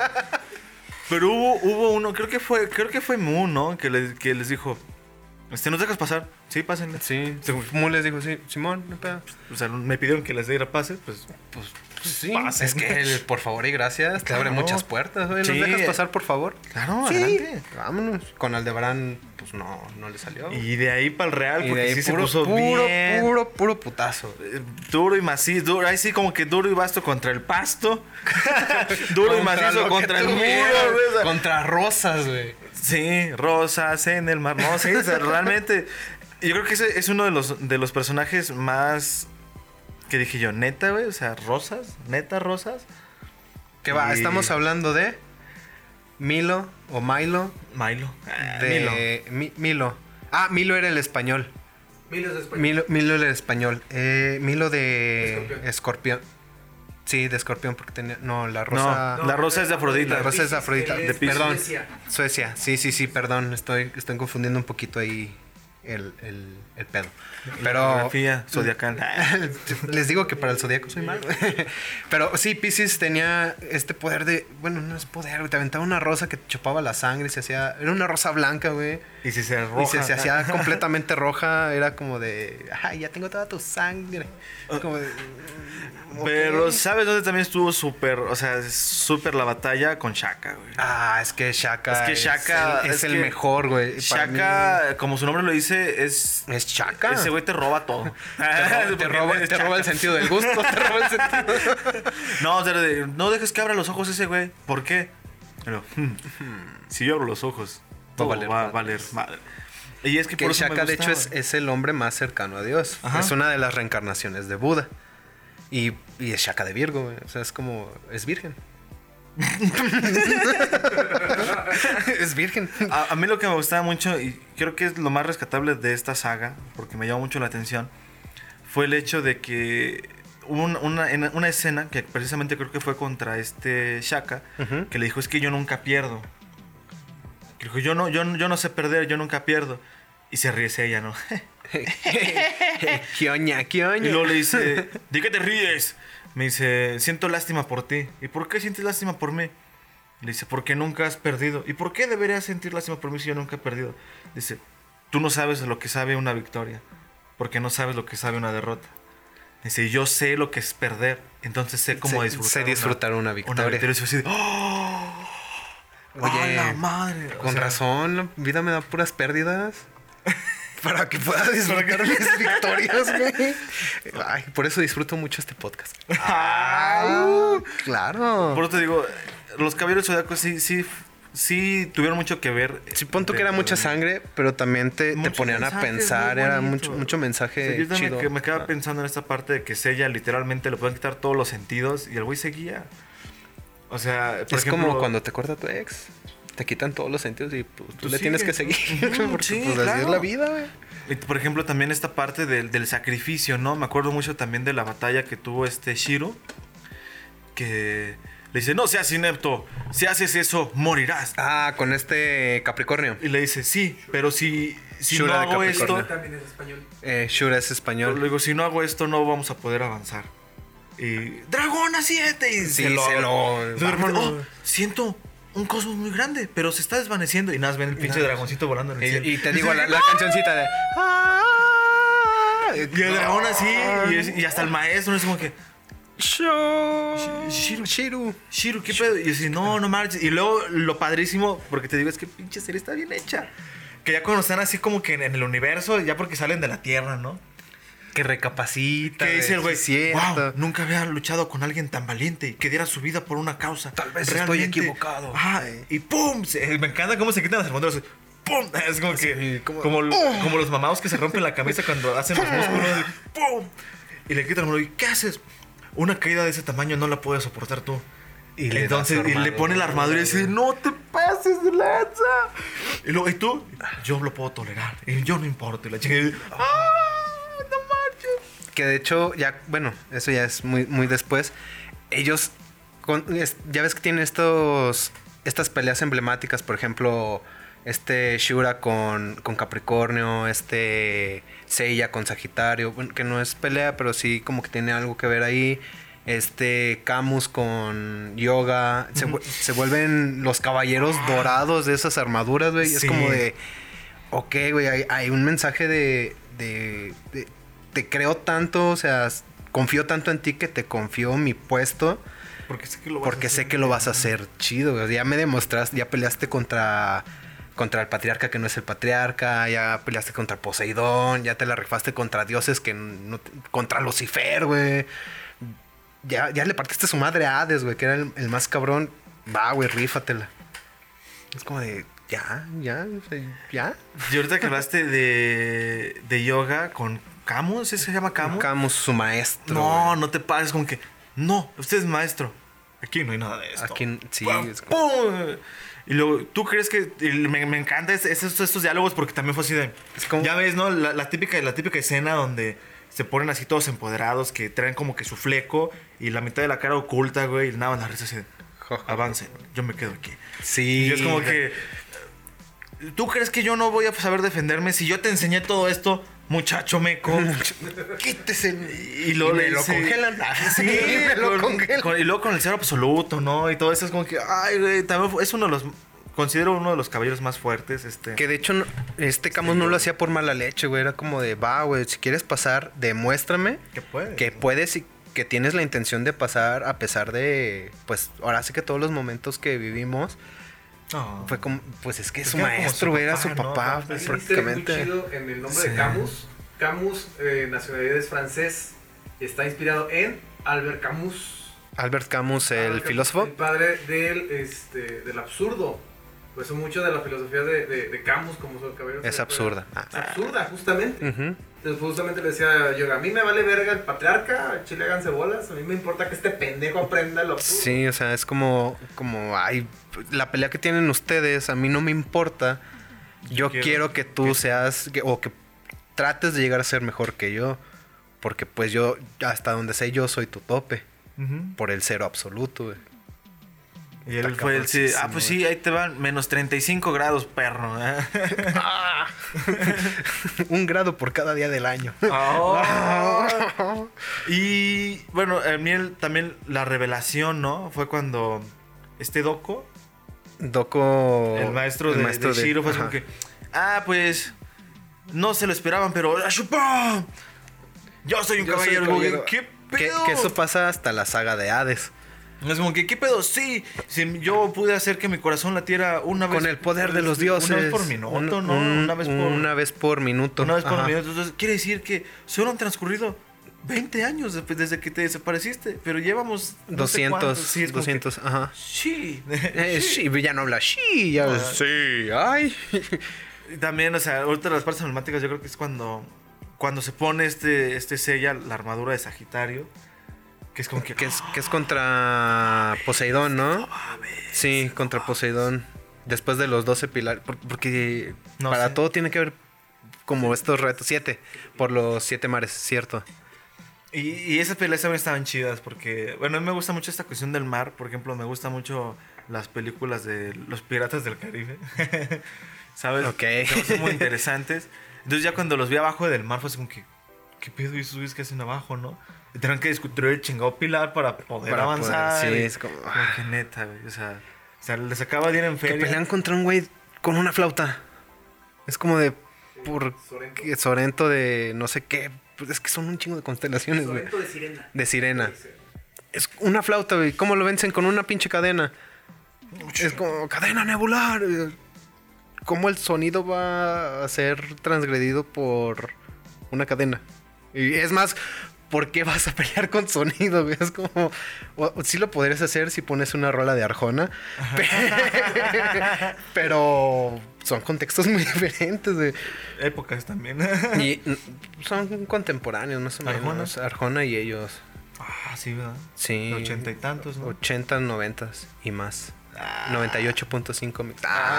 Pero hubo uno, creo que fue Mu, ¿no? Que les dijo, ¿nos dejas pasar? Sí, pásenle. Sí, Mu les dijo, sí, Simón, no pedo. O sea, me pidieron que les diera pase, pues sí. Pasen. Es que el por favor y gracias te abre muchas puertas, güey. ¿Nos dejas pasar, por favor? Claro, adelante. Vámonos. Con Aldebarán, pues no le salió. Y de ahí para el Real, y porque de ahí sí se puso bien. Puro putazo. Duro y macizo, ahí sí como que duro y vasto contra el pasto. Duro y macizo contra el muro, güey. Contra rosas, güey. Sí, rosas en el mar. No, sí, o sea, realmente... Yo creo que ese es uno de los personajes más... que dije yo, neta, güey. O sea, rosas. Neta, rosas. ¿Qué va? Estamos hablando de... Milo o Milo. Milo. Milo. Milo era el español. Milo es español. Milo era el español. Milo de Escorpión. Sí, de Escorpión, porque tenía... No, la rosa... No, la rosa es de Afrodita. La rosa es de Afrodita. Perdón. Suecia. Sí, perdón. Estoy confundiendo un poquito ahí el pedo. Pero... zodiacal. Les digo que para el zodiaco soy malo. Pero sí, Piscis tenía este poder de... Bueno, no es poder, güey. Te aventaba una rosa que te chupaba la sangre y se hacía... Era una rosa blanca, güey. Y si se roja. Y se hacía completamente roja. Era como de... Ay, ya tengo toda tu sangre. Como de... Pero, ¿sabes dónde también estuvo súper, súper la batalla? Con Shaka, güey. Es que Shaka es el mejor, güey. Shaka, como su nombre lo dice, es Shaka. Ese güey te roba todo. te roba el sentido del gusto. Te roba el sentido. No, o sea, no dejes que abra los ojos ese güey. ¿Por qué? Pero, si yo abro los ojos, todo va a valer madre. Y es que por eso Shaka, de hecho, es el hombre más cercano a Dios. Ajá. Es una de las reencarnaciones de Buda. Y es Shaka de Virgo, güey. O sea, es como... Es virgen. Es virgen. A mí lo que me gustaba mucho, y creo que es lo más rescatable de esta saga, porque me llamó mucho la atención, fue el hecho de que hubo una escena que precisamente creo que fue contra Shaka, que le dijo, es que yo nunca pierdo. Que dijo, yo no sé perder, yo nunca pierdo. Y se ríe ella, ¿no? ¿Qué oña? Y luego le dice, ¿de qué te ríes? Me dice, siento lástima por ti. ¿Y por qué sientes lástima por mí? Le dice, porque nunca has perdido. ¿Y por qué deberías sentir lástima por mí si yo nunca he perdido? Dice, tú no sabes lo que sabe una victoria, porque no sabes lo que sabe una derrota. Dice, yo sé lo que es perder, entonces sé cómo disfrutar una victoria. Y yo así de, ¡oh! Oye, la madre. Con razón, la vida me da puras pérdidas. Para que pueda disfrutar mis victorias, güey. Ay, por eso disfruto mucho este podcast. Ay, claro. Por eso te digo, los Caballeros Zodiacos sí tuvieron mucho que ver. Sí, punto que era mucha sangre, pero también te ponían a pensar. Era mucho mensaje sí, yo también chido. Que me quedaba pensando en esta parte de que Seiya literalmente le pueden quitar todos los sentidos y el güey seguía. O sea, por ejemplo, como cuando te acuerda tu ex. Te quitan todos los sentidos y pues, tú le tienes que seguir. Porque sí, pues claro. así es la vida, güey. Y, por ejemplo, también esta parte del sacrificio, ¿no? Me acuerdo mucho también de la batalla que tuvo Shiro. Que le dice, no seas inepto. Si haces eso, morirás. Ah, con Capricornio. Y le dice, sí, pero si no hago esto... También es español. Shura es español. Le digo, si no hago esto, no vamos a poder avanzar. Y... ¡Dragona 7! Y sí, se lo... De repente, siento... un cosmos muy grande, pero se está desvaneciendo. Y nada, ven el pinche dragoncito volando en el cielo. Y te digo la cancioncita de... Y el dragón así, y hasta el maestro es como que... Shiro, ¿qué pedo? Y así, no marches. Y luego, lo padrísimo, porque te digo, es que pinche serie está bien hecha. Que ya cuando están así como que en el universo, ya porque salen de la Tierra, ¿no? Que recapacita. Que dice el güey, wow, nunca había luchado con alguien tan valiente y que diera su vida por una causa. Tal vez estoy equivocado. Y ¡pum! Me encanta cómo se quitan las armaduras. ¡Pum! Es como que... Como los mamados que se rompen la camisa cuando hacen los músculos. ¡Pum! Y le quitan la armadura. ¿Y qué haces? Una caída de ese tamaño no la puedes soportar tú. Y entonces le pone la armadura y dice, no te pases de lanza. Y luego, ¿y tú? Yo lo puedo tolerar. Y yo no importa. Y la chica dice, no marches. Que de hecho, ya, bueno, eso ya es muy después. Ellos, ya ves que tienen estas peleas emblemáticas. Por ejemplo, Shura con Capricornio, Seiya con Sagitario. Bueno, que no es pelea, pero sí como que tiene algo que ver ahí. Camus con Yoga. Se vuelven los caballeros dorados de esas armaduras, güey. Sí. Es como de... Ok, güey, hay un mensaje de te creo tanto, o sea, confío tanto en ti que te confío mi puesto. Porque sé que lo vas a hacer chido, güey. Ya me demostraste, ya peleaste contra el patriarca que no es el patriarca, ya peleaste contra Poseidón, ya te la rifaste contra dioses que no... Contra Lucifer, güey. Ya le partiste su madre a Hades, güey, que era el más cabrón. Va, güey, rífatela. Es como de... Ya. Y ahorita que hablaste de Yoga con Camus, ¿ese se llama Camus? Camus, su maestro. No te pases, como que... No, usted es maestro. Aquí no hay nada de esto. Aquí sí. ¡Pum! Es como... ¡Pum! Y luego, ¿tú crees que... Me encantan estos diálogos porque también fue así de... como... Ya ves, ¿no? La típica escena donde se ponen así todos empoderados, que traen como que su fleco y la mitad de la cara oculta, güey, y nada más la risa así de... Avancen, yo me quedo aquí. Sí. Y es como que... ¿Tú crees que yo no voy a saber defenderme si yo te enseñé todo esto, muchacho meco? Quítese. Y me lo congelan. Sí, me lo congelan. Y luego con el cero absoluto, ¿no? Y todo eso es como que... Ay, güey, también es uno de los... Considero uno de los caballeros más fuertes. Que de hecho, Camus no lo hacía por mala leche, güey. Era como de, va, güey, si quieres pasar, demuéstrame que puedes y que tienes la intención de pasar a pesar de... Pues ahora sí que todos los momentos que vivimos... Fue como, pues es que su maestro, güey, era su papá, ¿no? prácticamente. Muy chido en el nombre de Camus. Camus, nacionalidad es francés. Está inspirado en Albert Camus. Albert Camus, el filósofo. El padre del absurdo. Por eso mucho de la filosofía de Camus como su caballero Es absurda. Es absurda, justamente. Ujú. Entonces justamente le decía yo, a mí me vale verga el patriarca, al chile háganse bolas, a mí me importa que este pendejo aprenda lo absurdo. Sí, o sea, es como, ay, la pelea que tienen ustedes, a mí no me importa. Yo quiero que tú seas, o que trates de llegar a ser mejor que yo. Porque pues yo, hasta donde sé, yo soy tu tope. Por el cero absoluto, güey. Y él fue el sí. Pues sí, ahí te van menos 35 grados, perro. Ah. 1 grado por cada día del año. Oh. Y bueno, a mí también la revelación, ¿no? Fue cuando Doko, el maestro de Shiro, fue como que, pues no se lo esperaban, pero ¡chupa! Yo soy un caballero. ¿Qué pedo? Que eso pasa hasta la saga de Hades. Es como que, ¿qué pedo? Sí, si yo pude hacer que mi corazón latiera una vez. Con el poder de los dioses. Una vez por minuto, ¿no? Una vez por minuto. Una vez por minuto. Entonces, quiere decir que solo han transcurrido 20 años desde que te desapareciste. Pero llevamos 200. Sí, es 200, ajá. Sí. Sí, ya no habla sí. Ya, sí, ay. Y también, o sea, ahorita las partes emblemáticas yo creo que es cuando se pone este Seiya, la armadura de Sagitario. Que es como que es contra Poseidón, ¿no? Sí, contra Poseidón. Después de los 12 pilares. Porque para todo tiene que haber como estos retos. 7. Por los 7 mares, cierto. Y esas peleas también estaban chidas. Porque, bueno, a mí me gusta mucho esta cuestión del mar. Por ejemplo, me gustan mucho las películas de los piratas del Caribe. ¿Sabes? Ok. Son muy interesantes. Entonces ya cuando los vi abajo del mar fue así como que, ¿qué pedo? ¿Y esos güeyes que hacen abajo, no? Y tendrán que discutir el chingado pilar para poder avanzar. Sí, es como... que neta, güey. O sea, les acaba de ir en feria. Que pelean contra un güey con una flauta. Es como de... Sorento de no sé qué. Pues es que son un chingo de constelaciones, güey. Sorento de sirena. De sirena. Es una flauta, güey. ¿Cómo lo vencen? Con una pinche cadena. Es como cadena nebular. ¿Cómo el sonido va a ser transgredido por una cadena? Y es más... ¿Por qué vas a pelear con sonido, güey? Es como... sí lo podrías hacer si pones una rola de Arjona. Pero son contextos muy diferentes, güey. Épocas también. Y son contemporáneos, más o menos. Arjona y ellos. Sí, ¿verdad? Sí. 80 y tantos, ¿no? 80, 90 y más. 98.5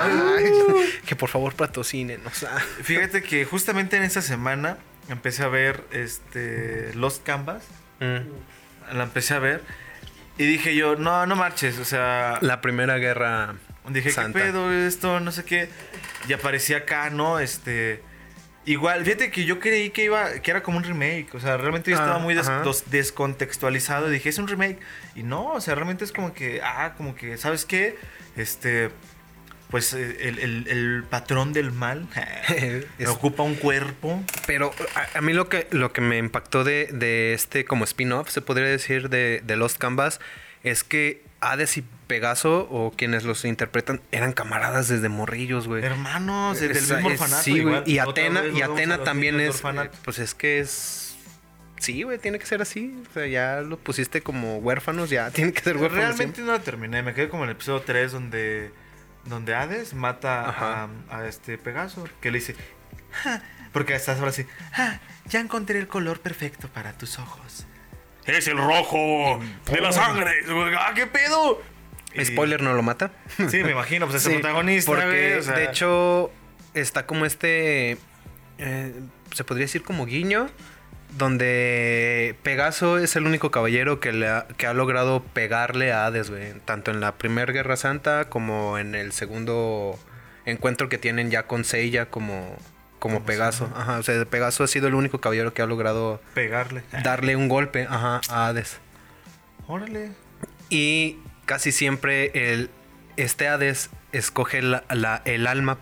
que por favor patrocinen, o sea. Fíjate que justamente en esa semana empecé a ver Lost Canvas. La empecé a ver y dije yo, no marches, o sea, la primera guerra dije, santa. ¿Qué pedo esto? No sé qué. Y aparecía acá, ¿no? Igual, fíjate que yo creí que era como un remake. O sea, realmente yo estaba muy descontextualizado. Y dije, es un remake. Y no, o sea, realmente es como que, ¿sabes qué? Pues el patrón del mal ocupa un cuerpo. Pero a mí lo que me impactó de como spin-off, se podría decir, de Lost Canvas, es que Hades y Pegaso, o quienes los interpretan, eran camaradas desde morrillos, güey. Hermanos, del mismo orfanato. Sí, güey. Y Atena también es... pues es que es... Sí, güey, tiene que ser así. O sea, ya lo pusiste como huérfanos, ya tiene que ser huérfanos. Realmente no lo terminé. Me quedé como en el episodio 3 donde Hades mata a Pegaso, que le dice, porque estás ahora así, ya encontré el color perfecto para tus ojos. Es el rojo de la sangre. ¿Qué pedo? Spoiler, ¿no lo mata? Sí, me imagino, pues es el protagonista. Porque, o sea, de hecho, está como se podría decir como guiño, donde Pegaso es el único caballero que ha logrado pegarle a Hades, güey. Tanto en la primera Guerra Santa como en el segundo encuentro que tienen ya con Seiya como Pegaso. Ajá, o sea, Pegaso ha sido el único caballero que ha logrado darle un golpe a Hades. Órale. Y casi siempre Hades escoge el alma,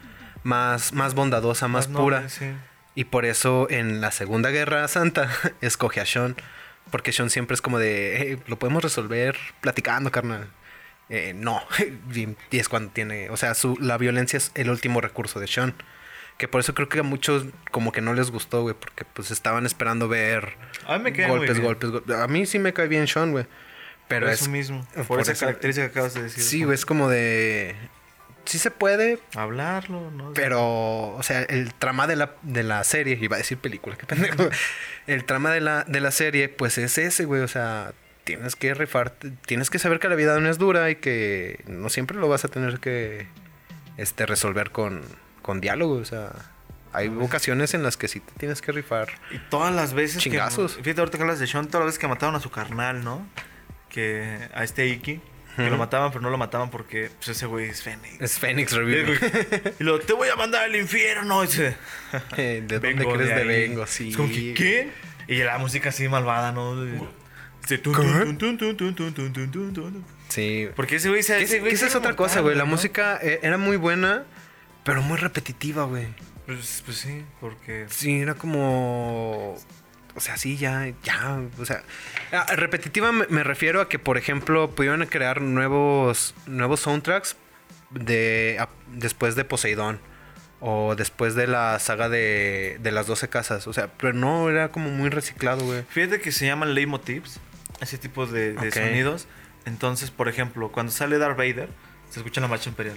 más bondadosa, más pura. Noble, sí. Y por eso en la Segunda Guerra Santa escoge a Sean. Porque Sean siempre es como de, lo podemos resolver platicando, carnal. No. Y es cuando tiene... O sea, la violencia es el último recurso de Sean. Que por eso creo que a muchos como que no les gustó, güey. Porque pues estaban esperando ver a mí me cae golpes. A mí sí me cae bien Sean, güey. Pero por eso mismo. Por esa característica que acabas de decir. Sí, güey, es como de... sí se puede hablarlo, ¿no? Pero, o sea, el trama de la serie, iba a decir película, qué pendejo. El trama de la serie, pues es ese, güey. O sea, tienes que rifarte, tienes que saber que la vida no es dura y que no siempre lo vas a tener que resolver con diálogo. O sea, hay ocasiones en las que sí te tienes que rifar. Y todas las veces chingazos. Fíjate, ahorita que hablas de Sean, todas las veces que mataron a su carnal, ¿no? Que a Iki. Que lo mataban, pero no lo mataban porque pues, ese güey es Fénix. Es Fénix Review. Y luego, te voy a mandar al infierno. Y dice, ¿de dónde crees de vengo? Sí. Es como que, ¿qué? Y la música así malvada, ¿no? Dice, sí. Porque ese güey se... Esa es otra cosa, güey. La música era muy buena, pero muy repetitiva, güey. Pues sí, porque... Sí, era como... O sea, sí, ya, o sea... repetitiva me refiero a que, por ejemplo, pudieron crear nuevos soundtracks después de Poseidón. O después de la saga de las 12 casas. O sea, pero no, era como muy reciclado, güey. Fíjate que se llaman leitmotivs, ese tipo de sonidos. Entonces, por ejemplo, cuando sale Darth Vader, se escucha la marcha imperial.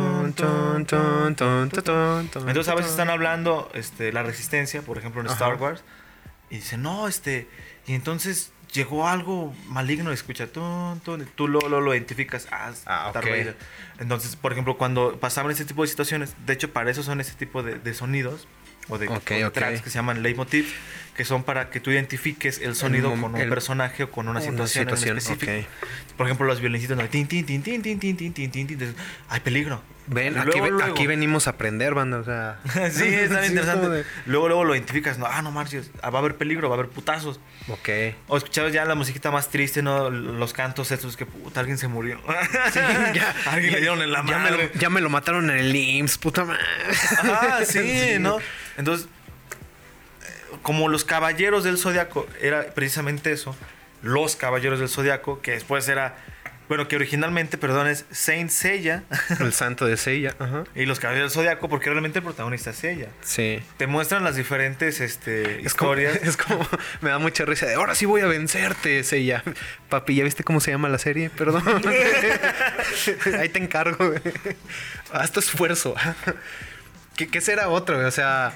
Entonces a veces están hablando la resistencia, por ejemplo, en Star Wars. Y dicen, no, y entonces llegó algo maligno y escucha, tú lo identificas, Darth Vader. Entonces, por ejemplo, cuando pasaban ese tipo de situaciones, de hecho, para eso son ese tipo de sonidos o de tracks que se llaman leitmotiv, que son para que tú identifiques el sonido con un personaje o con una situación en específico. Okay. Por ejemplo, los violincitos, ¿no? Tin, tin, tin, tin, tin, tin, tin, tin, tin, tin. Hay peligro. Ven, aquí venimos a aprender, banda, o sea. Sí, es tan interesante. Luego lo identificas, no, no marches, va a haber peligro, va a haber putazos. Ok. O escuchabas ya la musiquita más triste, ¿no? Los cantos estos que, puta, alguien se murió. Sí, alguien le dieron en la madre. Ya me lo mataron en el IMSS, puta madre. Sí, ¿no? Entonces, como los Caballeros del Zodiaco, era precisamente eso. Los Caballeros del Zodiaco, que después era... Bueno, que originalmente, es Saint Seiya. El santo de Seiya, ajá. Y los Caballeros del Zodiaco, porque realmente el protagonista es Seiya. Sí. Te muestran las diferentes historias. Es como... Me da mucha risa de... Ahora sí voy a vencerte, Seiya. Papi, ¿ya viste cómo se llama la serie? Perdón. Ahí te encargo, güey. Haz tu esfuerzo. ¿Qué será otro, güey? O sea...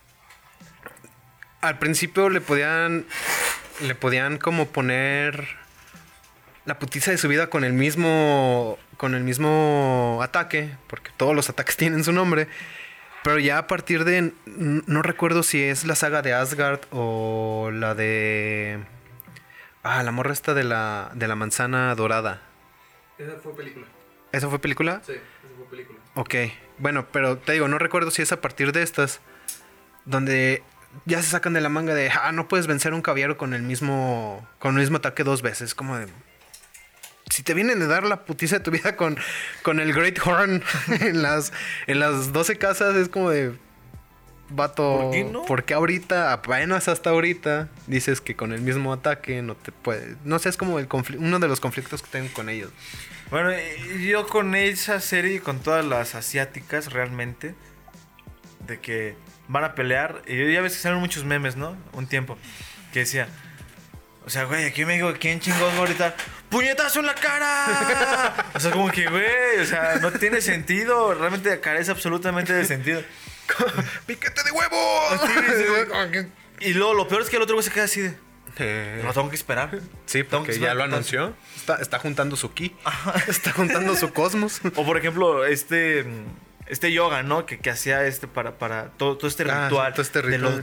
Al principio le podían como poner... la putiza de su vida con el mismo ataque, porque todos los ataques tienen su nombre, pero ya a partir de, no recuerdo si es la saga de Asgard o la de la morra esta de la manzana dorada. Esa fue película. ¿Esa fue película? Sí, esa fue película. Ok, bueno, pero te digo, no recuerdo si es a partir de estas donde ya se sacan de la manga de no puedes vencer a un caballero con el mismo ataque 2 veces, como de... Si te vienen a dar la putiza de tu vida con el Great Horn en las 12 casas, es como de... Vato, ¿por qué no? ¿Por qué ahorita, apenas hasta ahorita, dices que con el mismo ataque no te puede... No sé, es como uno de los conflictos que tengo con ellos. Bueno, yo con esa serie y con todas las asiáticas, realmente, de que van a pelear... Y ya ves que salen muchos memes, ¿no? Un tiempo, que decía... O sea, güey, aquí en México, ¿quién chingón va a gritar? ¡Puñetazo en la cara! O sea, como que, güey, o sea, no tiene sentido. Realmente carece absolutamente de sentido. ¡Piquete de huevos! Y luego, lo peor es que el otro güey se queda así de... ¿Lo tengo que esperar? Sí, porque ya lo anunció. Está juntando su ki. Está juntando su cosmos. O, por ejemplo, este yoga, ¿no? Que hacía para todo este ritual. Todo este ritual.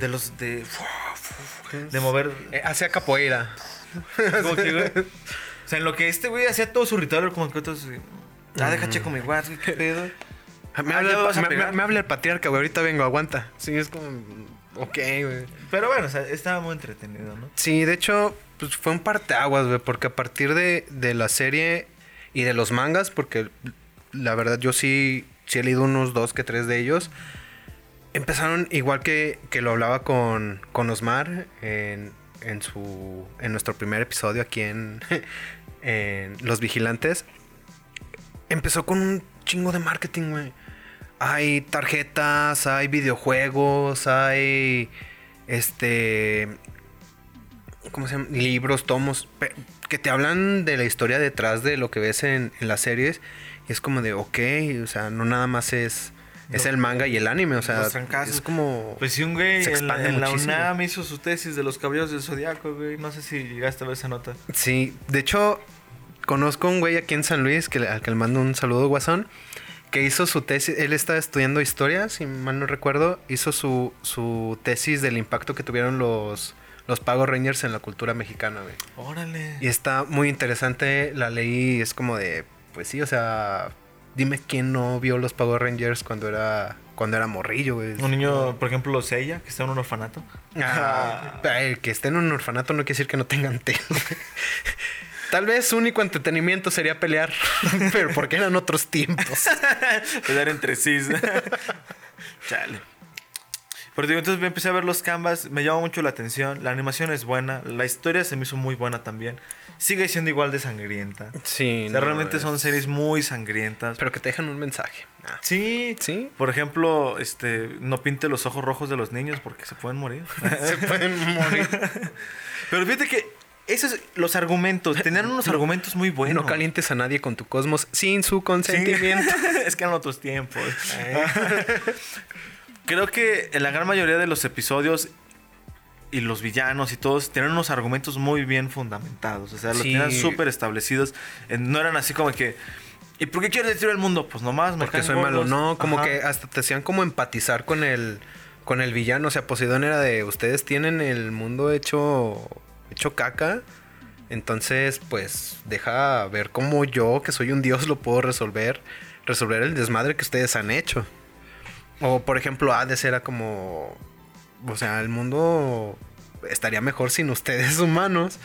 De mover... hacía capoeira. Como que, güey... O sea, en lo que este güey hacía todo su ritual, como que todos... deja checo mi guato, ¿qué pedo? Me habla el patriarca, güey. Ahorita vengo, aguanta. Sí, es como... Ok, güey. Pero bueno, o sea, estaba muy entretenido, ¿no? Sí, de hecho, pues fue un parteaguas, güey. Porque a partir de la serie y de los mangas, porque la verdad yo sí he leído unos 2 que 3 de ellos... Empezaron igual que lo hablaba con Osmar en nuestro primer episodio aquí en Los Vigilantes. Empezó con un chingo de marketing, güey. Hay tarjetas, hay videojuegos, hay ¿cómo se llama? Libros, tomos que te hablan de la historia detrás de lo que ves en las series. Y es como de, ok, o sea, no nada más es el manga y el anime, o sea, es como... Pues sí, un güey en la muchísimo. UNAM hizo su tesis de los Caballeros del Zodiaco, güey. No sé si llegaste a ver esa nota. Sí, de hecho, conozco un güey aquí en San Luis, al que le mando un saludo, Guasón, que hizo su tesis, él estaba estudiando historia, si mal no recuerdo, hizo su tesis del impacto que tuvieron los Power Rangers en la cultura mexicana, güey. Órale. Y está muy interesante, la leí, es como de, pues sí, o sea, dime quién no vio los Power Rangers cuando era morrillo, güey. Un niño, por ejemplo, Seiya, que está en un orfanato. Que esté en un orfanato no quiere decir que no tengan tele. Tal vez su único entretenimiento sería pelear, pero porque eran otros tiempos. Pelear entre sí. Chale. Pero digo, entonces empecé a ver los canvas, me llamó mucho la atención, la animación es buena, la historia se me hizo muy buena también. Sigue siendo igual de sangrienta. Sí. O sea, realmente son series muy sangrientas. Pero que te dejan un mensaje. Sí. Sí. Por ejemplo, no pinte los ojos rojos de los niños porque se pueden morir. Se pueden morir. Pero fíjate que esos los argumentos, tenían unos argumentos muy buenos. No calientes a nadie con tu cosmos sin su consentimiento. Sí. Es que eran otros tiempos. Creo que en la gran mayoría de los episodios y los villanos y todos tienen unos argumentos muy bien fundamentados. O sea, los tenían súper establecidos. No eran así como que... ¿Y por qué quieres destruir el mundo? Pues nomás porque soy malo. No, como que hasta te hacían como empatizar con el villano. O sea, Poseidón era de... Ustedes tienen el mundo hecho caca. Entonces, pues, deja ver cómo yo, que soy un dios, lo puedo resolver el desmadre que ustedes han hecho. O, por ejemplo, Hades era como... O sea, el mundo estaría mejor sin ustedes humanos.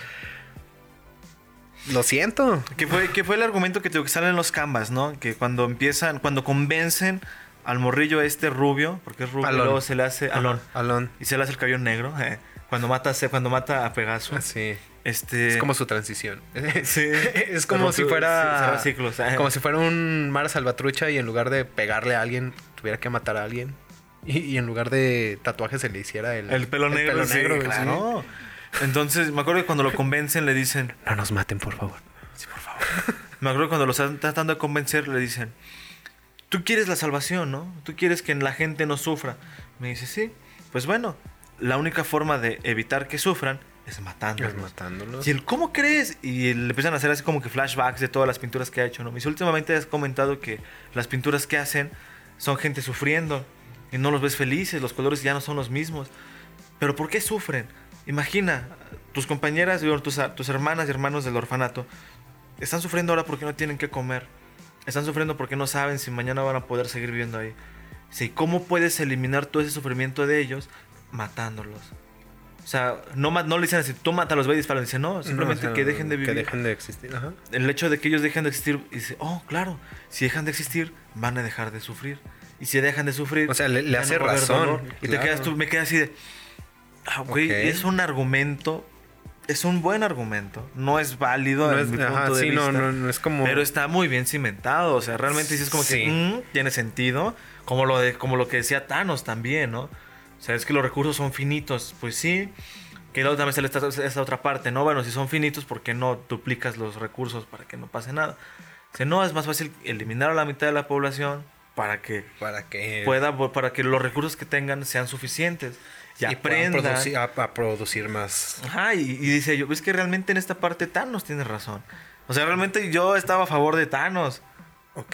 Lo siento. Que fue el argumento que te sale en los canvas, ¿no? Que cuando convencen al morrillo rubio, porque es rubio, Alon. Y luego se le hace... Alon. Y se le hace el cabello negro, cuando mata a Pegaso. Sí. Es como su transición. Sí. Es como si fuera... Sí, ciclos, como si fuera un Mara Salvatrucha y en lugar de pegarle a alguien, tuviera que matar a alguien. Y en lugar de tatuaje se le hiciera el pelo negro. Sí, claro. Sí. Entonces, me acuerdo que cuando lo convencen le dicen... No nos maten, por favor. Sí, por favor. Me acuerdo que cuando lo están tratando de convencer le dicen... Tú quieres la salvación, ¿no? Tú quieres que la gente no sufra. Me dice, sí. Pues bueno, la única forma de evitar que sufran es matándolos. Y él, ¿cómo crees? Y le empiezan a hacer así como que flashbacks de todas las pinturas que ha hecho, ¿no? Me dice, últimamente has comentado que las pinturas que hacen son gente sufriendo. Y no los ves felices, los colores ya no son los mismos. ¿Pero por qué sufren? Imagina, tus compañeras, tus hermanas y hermanos del orfanato están sufriendo ahora porque no tienen que comer. Están sufriendo porque no saben si mañana van a poder seguir viviendo ahí. Sí, ¿cómo puedes eliminar todo ese sufrimiento de ellos? Matándolos. O sea, no le dicen así, tú mátalos, ve y dispara. Dice, no, simplemente que dejen de vivir. Que dejen de existir. Ajá. El hecho de que ellos dejen de existir, dice, oh, claro, si dejan de existir, van a dejar de sufrir. Y si dejan de sufrir... O sea, le hace razón. Y te quedas tú, me quedas así de... güey, es un argumento... Es un buen argumento. No es válido en mi punto de vista. No es como... Pero está muy bien cimentado. O sea, realmente sí es como que... tiene sentido. Como lo que decía Thanos también, ¿no? O sea, es que los recursos son finitos. Pues sí. Que luego también sale esta otra parte, ¿no? Bueno, si son finitos, ¿por qué no duplicas los recursos para que no pase nada? O sea, no, es más fácil eliminar a la mitad de la población... Para que los recursos que tengan sean suficientes y aprendan a producir más. Ajá, y dice yo, es que realmente en esta parte Thanos tiene razón. O sea, realmente yo estaba a favor de Thanos. Ok.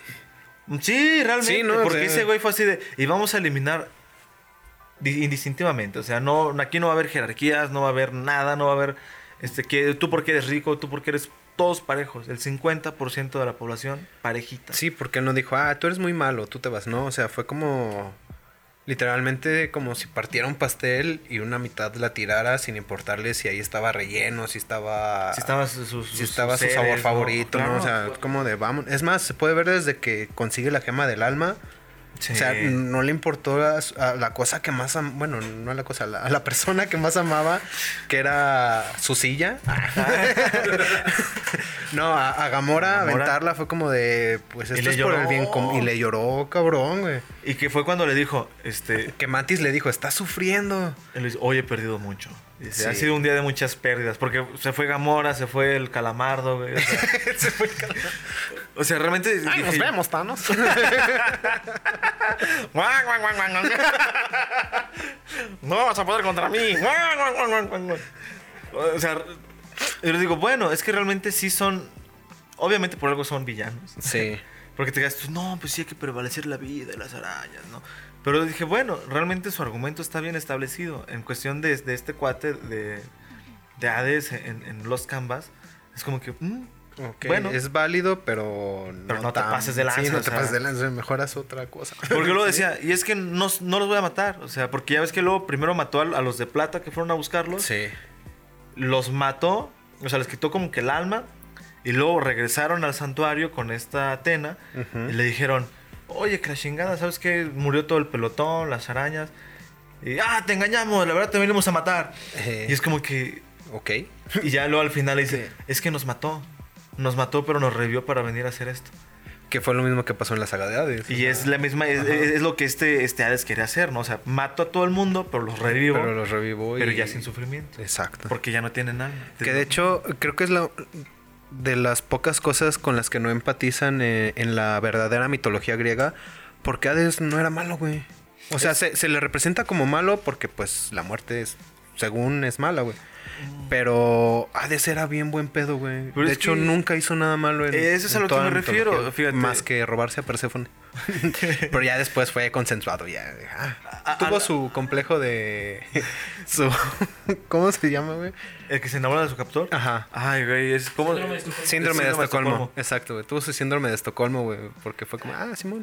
Sí, realmente. Sí, ¿no? Porque ese güey fue así de... Y vamos a eliminar indistintivamente. O sea, aquí no va a haber jerarquías, no va a haber nada, no va a haber... que tú porque eres rico, tú porque eres... Todos parejos, el 50% de la población parejita. Sí, porque no dijo, tú eres muy malo, tú te vas. No, o sea, fue como... Literalmente como si partiera un pastel y una mitad la tirara sin importarle si ahí estaba relleno, si estaba su sabor favorito, ¿no? Claro. O sea, como de vamos. Es más, se puede ver desde que consigue la gema del alma. Sí. O sea, no le importó a la cosa que más... Bueno, no a la cosa, a la persona que más amaba, que era su silla. No, a Gamora aventarla fue como de... Pues esto es por el bien común. Y le lloró, cabrón, güey. Y que fue cuando le dijo... Que Mantis le dijo, estás sufriendo. Él le dice, hoy he perdido mucho. Dice, ha sido un día de muchas pérdidas. Porque se fue Gamora, se fue el Calamardo, güey. O sea, se fue el Calamardo. O sea, realmente... Ay, nos vemos, Thanos. No vas a poder contra mí. O sea, yo digo, bueno, es que realmente sí son... Obviamente por algo son villanos. Sí. Porque te digas, no, pues sí hay que prevalecer la vida y las arañas, ¿no? Pero dije, bueno, realmente su argumento está bien establecido. En cuestión de este cuate de Hades en Lost Canvas, es como que... Okay, bueno, es válido, pero no te pases de lanza. Sí, no o te sea, pases de lanza, mejoras otra cosa. Porque yo lo decía, y es que no los voy a matar. O sea, porque ya ves que luego primero mató a los de plata que fueron a buscarlos. Sí. Los mató, o sea, les quitó como que el alma. Y luego regresaron al santuario con esta Atena. Y le dijeron, oye, que la chingada, ¿sabes qué? Murió todo el pelotón, las arañas. Y, te engañamos, la verdad te venimos a matar. Y es como que... Ok. Y ya luego al final le dice, es que nos mató. Nos mató, pero nos revivió para venir a hacer esto. Que fue lo mismo que pasó en la saga de Hades. Y es la misma, es lo que este Hades quería hacer, ¿no? O sea, mato a todo el mundo, pero los revivo. Pero ya sin sufrimiento. Exacto. Porque ya no tienen alma. Que de hecho, creo que es de las pocas cosas con las que no empatizan en la verdadera mitología griega. Porque Hades no era malo, güey. O sea, se le representa como malo porque, pues, la muerte según es mala, güey. Pero Hades era bien buen pedo, güey. De hecho, nunca hizo nada malo en eso es a lo que me refiero, fíjate. Más que robarse a Perséfone. Pero ya después fue consensuado, ya. Tuvo su complejo de... ¿Cómo se llama, güey? ¿El que se enamora de su captor? Ajá. Ay, güey, es como... Síndrome de Estocolmo. Exacto, güey. Tuvo su síndrome de Estocolmo, güey. Porque fue como, Simón.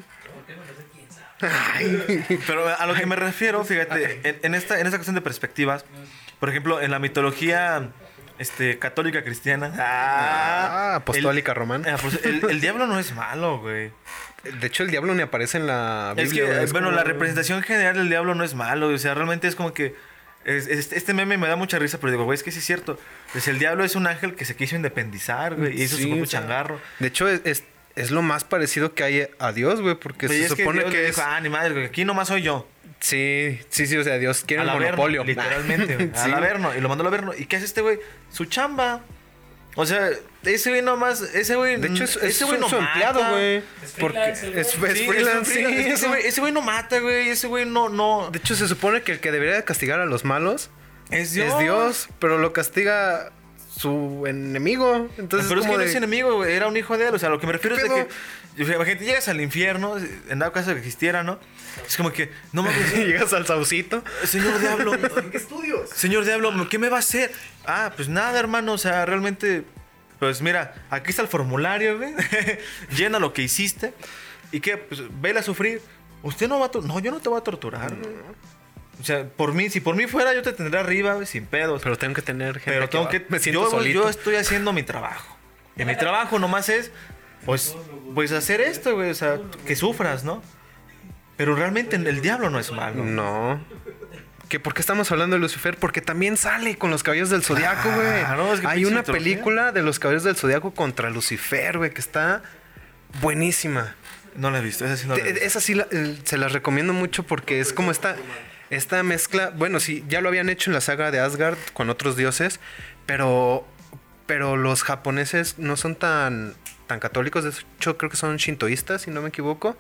Pero a lo que me refiero, fíjate, en esta cuestión de perspectivas... Por ejemplo, en la mitología católica cristiana. Apostólica romana. El diablo no es malo, güey. De hecho, el diablo ni aparece en la Biblia. Es que, bueno, la representación general del diablo no es malo. O sea, realmente es como que... Este meme me da mucha risa, pero digo, güey, es que sí es cierto. Pues el diablo es un ángel que se quiso independizar, güey. Y hizo su propio changarro. De hecho, es lo más parecido que hay a Dios, güey. Porque se supone que es... ni madre, güey, aquí nomás soy yo. Sí, o sea, Dios quiere el monopolio. Literalmente, al Averno. Y lo mandó al Averno. ¿Y qué hace este güey? Su chamba. O sea, ese güey nomás, ese güey... De hecho, ese güey no su empleado, güey. Porque es freelance. Ese güey no mata, güey. Ese güey no... De hecho, se supone que el que debería castigar a los malos es Dios. Es Dios, pero lo castiga su enemigo. Entonces, pero es que no es enemigo, güey. Era un hijo de él. O sea, lo que me refiero es de que... Imagínate, llegas al infierno, en dado caso de que existiera, ¿no? Es como que, no mames. Llegas al saucito. Señor Diablo. ¿En qué estudios? Señor Diablo, ¿qué me va a hacer? Pues nada, hermano. O sea, realmente, pues mira, aquí está el formulario, güey. Llena lo que hiciste. ¿Y qué? Pues vela a sufrir. Usted no va a... No, yo no te voy a torturar, güey. O sea, si por mí fuera, yo te tendré arriba, güey, sin pedos. Pero tengo que tener gente. Pero tengo que... Me siento solito. Yo estoy haciendo mi trabajo. Y mi trabajo nomás es... Pues hacer esto, güey. O sea, que sufras, ¿no? Pero realmente el diablo no es malo. No. ¿Por qué estamos hablando de Lucifer? Porque también sale con los Caballeros del Zodiaco, güey. No, es que hay una película de los Caballeros del Zodiaco contra Lucifer, güey, que está buenísima. No la he visto, esa sí no la he visto. Esa sí se las recomiendo mucho porque es como esta mezcla. Bueno, sí, ya lo habían hecho en la saga de Asgard con otros dioses, pero los japoneses no son tan católicos. De hecho, creo que son shintoístas, si no me equivoco.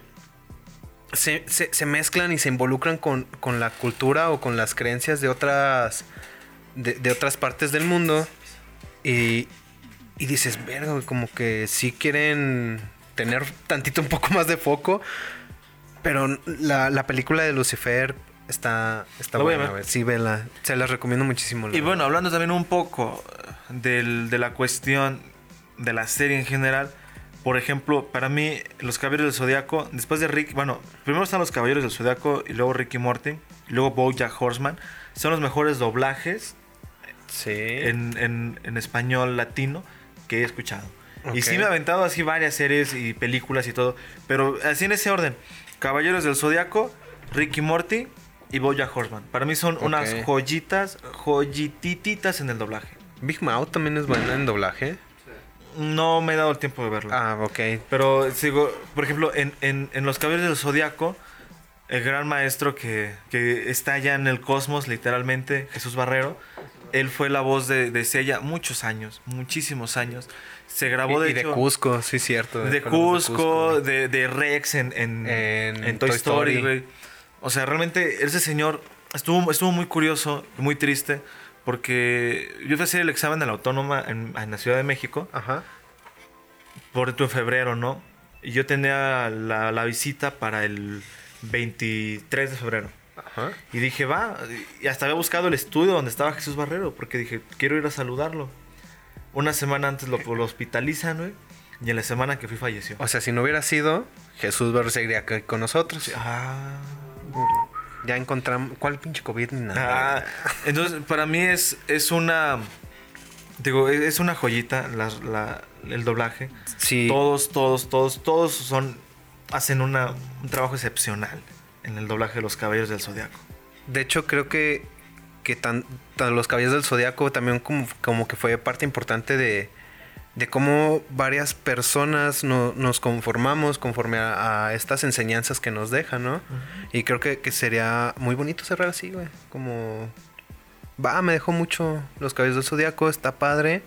Se mezclan y se involucran con la cultura o con las creencias de otras partes del mundo. Y dices, verga, como que sí quieren tener tantito un poco más de foco. Pero la película de Lucifer está buena, güey. Sí, vela. Se las recomiendo muchísimo. Y bueno, hablando también un poco de la cuestión de la serie en general. Por ejemplo, para mí, los Caballeros del Zodiaco, después de Rick... Bueno, primero están los Caballeros del Zodiaco y luego Rick y Morty. Y luego BoJack Horseman. Son los mejores doblajes en español latino que he escuchado. Okay. Y sí me he aventado así varias series y películas y todo. Pero así en ese orden. Caballeros del Zodiaco, Rick y Morty y BoJack Horseman. Para mí son unas joyititas en el doblaje. Big Mouth también es buena en doblaje. No me he dado el tiempo de verlo. Ok. Pero sigo, por ejemplo, en Los Caballeros del Zodiaco, el gran maestro que está allá en el cosmos, literalmente, Jesús Barrero, Él fue la voz de Seiya muchos años, muchísimos años. Se grabó de Cusco, sí, cierto. De Cusco, de Rex en Toy Story, güey. O sea, realmente ese señor estuvo muy curioso, muy triste, porque yo fui a hacer el examen de la Autónoma en la Ciudad de México. Ajá. En febrero, ¿no? Y yo tenía la visita para el 23 de febrero. Ajá. Y dije, va. Y hasta había buscado el estudio donde estaba Jesús Barrero, porque dije, quiero ir a saludarlo. Una semana antes lo hospitalizan, güey. Y en la semana que fui falleció. O sea, si no hubiera sido, Jesús Barrero seguiría aquí con nosotros. Ah. Ya encontramos. ¿Cuál pinche COVID ni nada? Entonces, para mí es una. Digo, es una joyita el doblaje. Sí. Todos hacen un trabajo excepcional en el doblaje de los Caballeros del Zodiaco. De hecho, creo que los Caballeros del Zodiaco también como que fue parte importante de cómo varias personas nos conformamos conforme a estas enseñanzas que nos dejan, ¿no? Uh-huh. Y creo que sería muy bonito cerrar así, güey. Como... me dejó mucho los Caballeros del Zodiaco, está padre.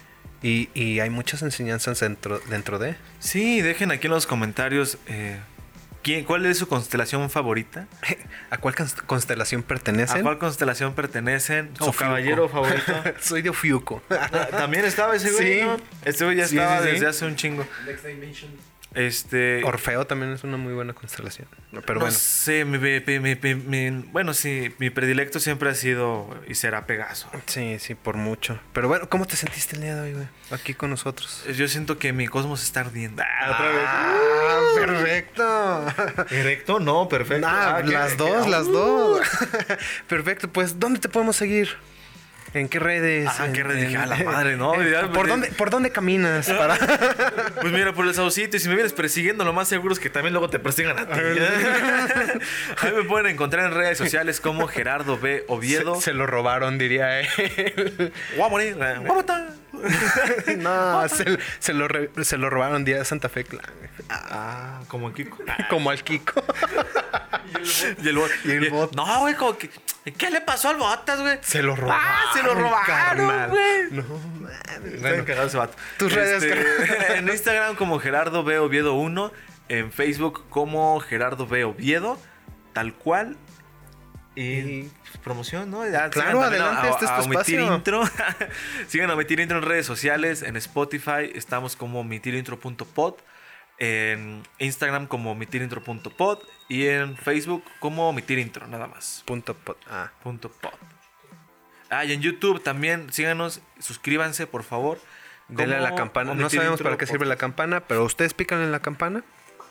Y hay muchas enseñanzas dentro de... Sí, dejen aquí en los comentarios ¿cuál es su constelación favorita? ¿A cuál constelación pertenecen? ¿A cuál constelación pertenecen? ¿Su Ofiuco. caballero favorito? Soy de Ofiuco. ¿También estaba ese güey? Sí. ¿No? Este güey ya estaba desde hace un chingo. Next Dimension. Orfeo también es una muy buena constelación. Pero no sé, bueno, sí, mi predilecto siempre ha sido y será Pegaso. Sí, por mucho. Pero bueno, ¿cómo te sentiste el día de hoy, güey? Aquí con nosotros. Yo siento que mi cosmos está ardiendo. Otra vez. Perfecto. ¿Perfecto? No, perfecto. Las dos. Perfecto, pues, ¿dónde te podemos seguir? ¿En qué redes? ¿Qué redes? A la madre, ¿no? ¿Por dónde caminas? Pues mira, por el Saucito. Y si me vienes persiguiendo, lo más seguro es que también luego te persigan a ti. Ahí me pueden encontrar en redes sociales como Gerardo B. Oviedo. Se lo robaron, diría él. Voy a morir. Voy a matar. No, se lo robaron día de Santa Fe Clan. Como el Kiko. Como al Kiko. Y el bot. No, güey, como que... ¿Qué le pasó al Botas, güey? Se lo robaron. Se lo robaron, güey. No, mames. Bueno, cagado ese vato. Tus redes, en Instagram como Gerardo B. Oviedo 1. En Facebook como Gerardo B. Oviedo. Tal cual. Y promoción, ¿no? Ya, claro, adelante, este es tu espacio. Intro. Sigan a Omitir Intro en redes sociales. En Spotify estamos como omitirintro.pod. En Instagram como omitirintro.pod. Y en Facebook como omitirintro, nada más. .pod. Y en YouTube también síganos, suscríbanse, por favor. Denle a la campana. No sabemos para qué sirve la campana, pero ustedes pican en la campana.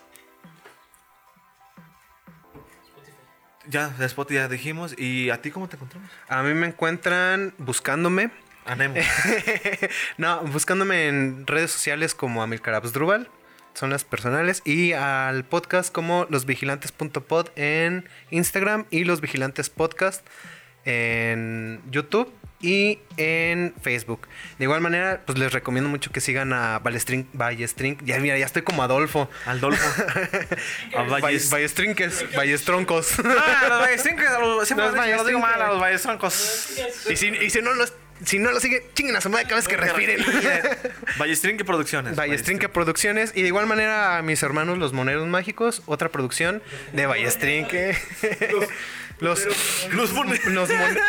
Ya, de Spotify ya dijimos. ¿Y a ti cómo te encontramos? A mí me encuentran buscándome. A Nemo. No, buscándome en redes sociales como Amilcar Absdrúbal. Son las personales. Y al podcast como losvigilantes.pod en Instagram y Los Vigilantes Podcast en YouTube y en Facebook. De igual manera, pues les recomiendo mucho que sigan a Ballestrin. Ya, mira, ya estoy como Adolfo. Aldolfo. Ballestrinques, Ballestroncos. Los Ballestrinques, siempre los digo mal a los Ballestroncos. Y si no lo sigue, chinguen a su madre cada vez que respiren. Ballestrinque Producciones. Ballestrinque Producciones. Y de igual manera a mis hermanos Los Moneros Mágicos, otra producción de Ballestrinque. Los moneros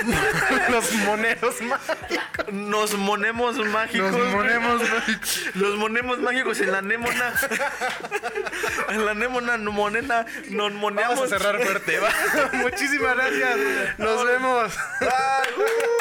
mágicos. Nos monemos mágicos. Los monemos mágicos en la Némona. En la Némona monena nos moneamos. Vamos a cerrar fuerte, va. Muchísimas gracias. Nos vemos. Bye.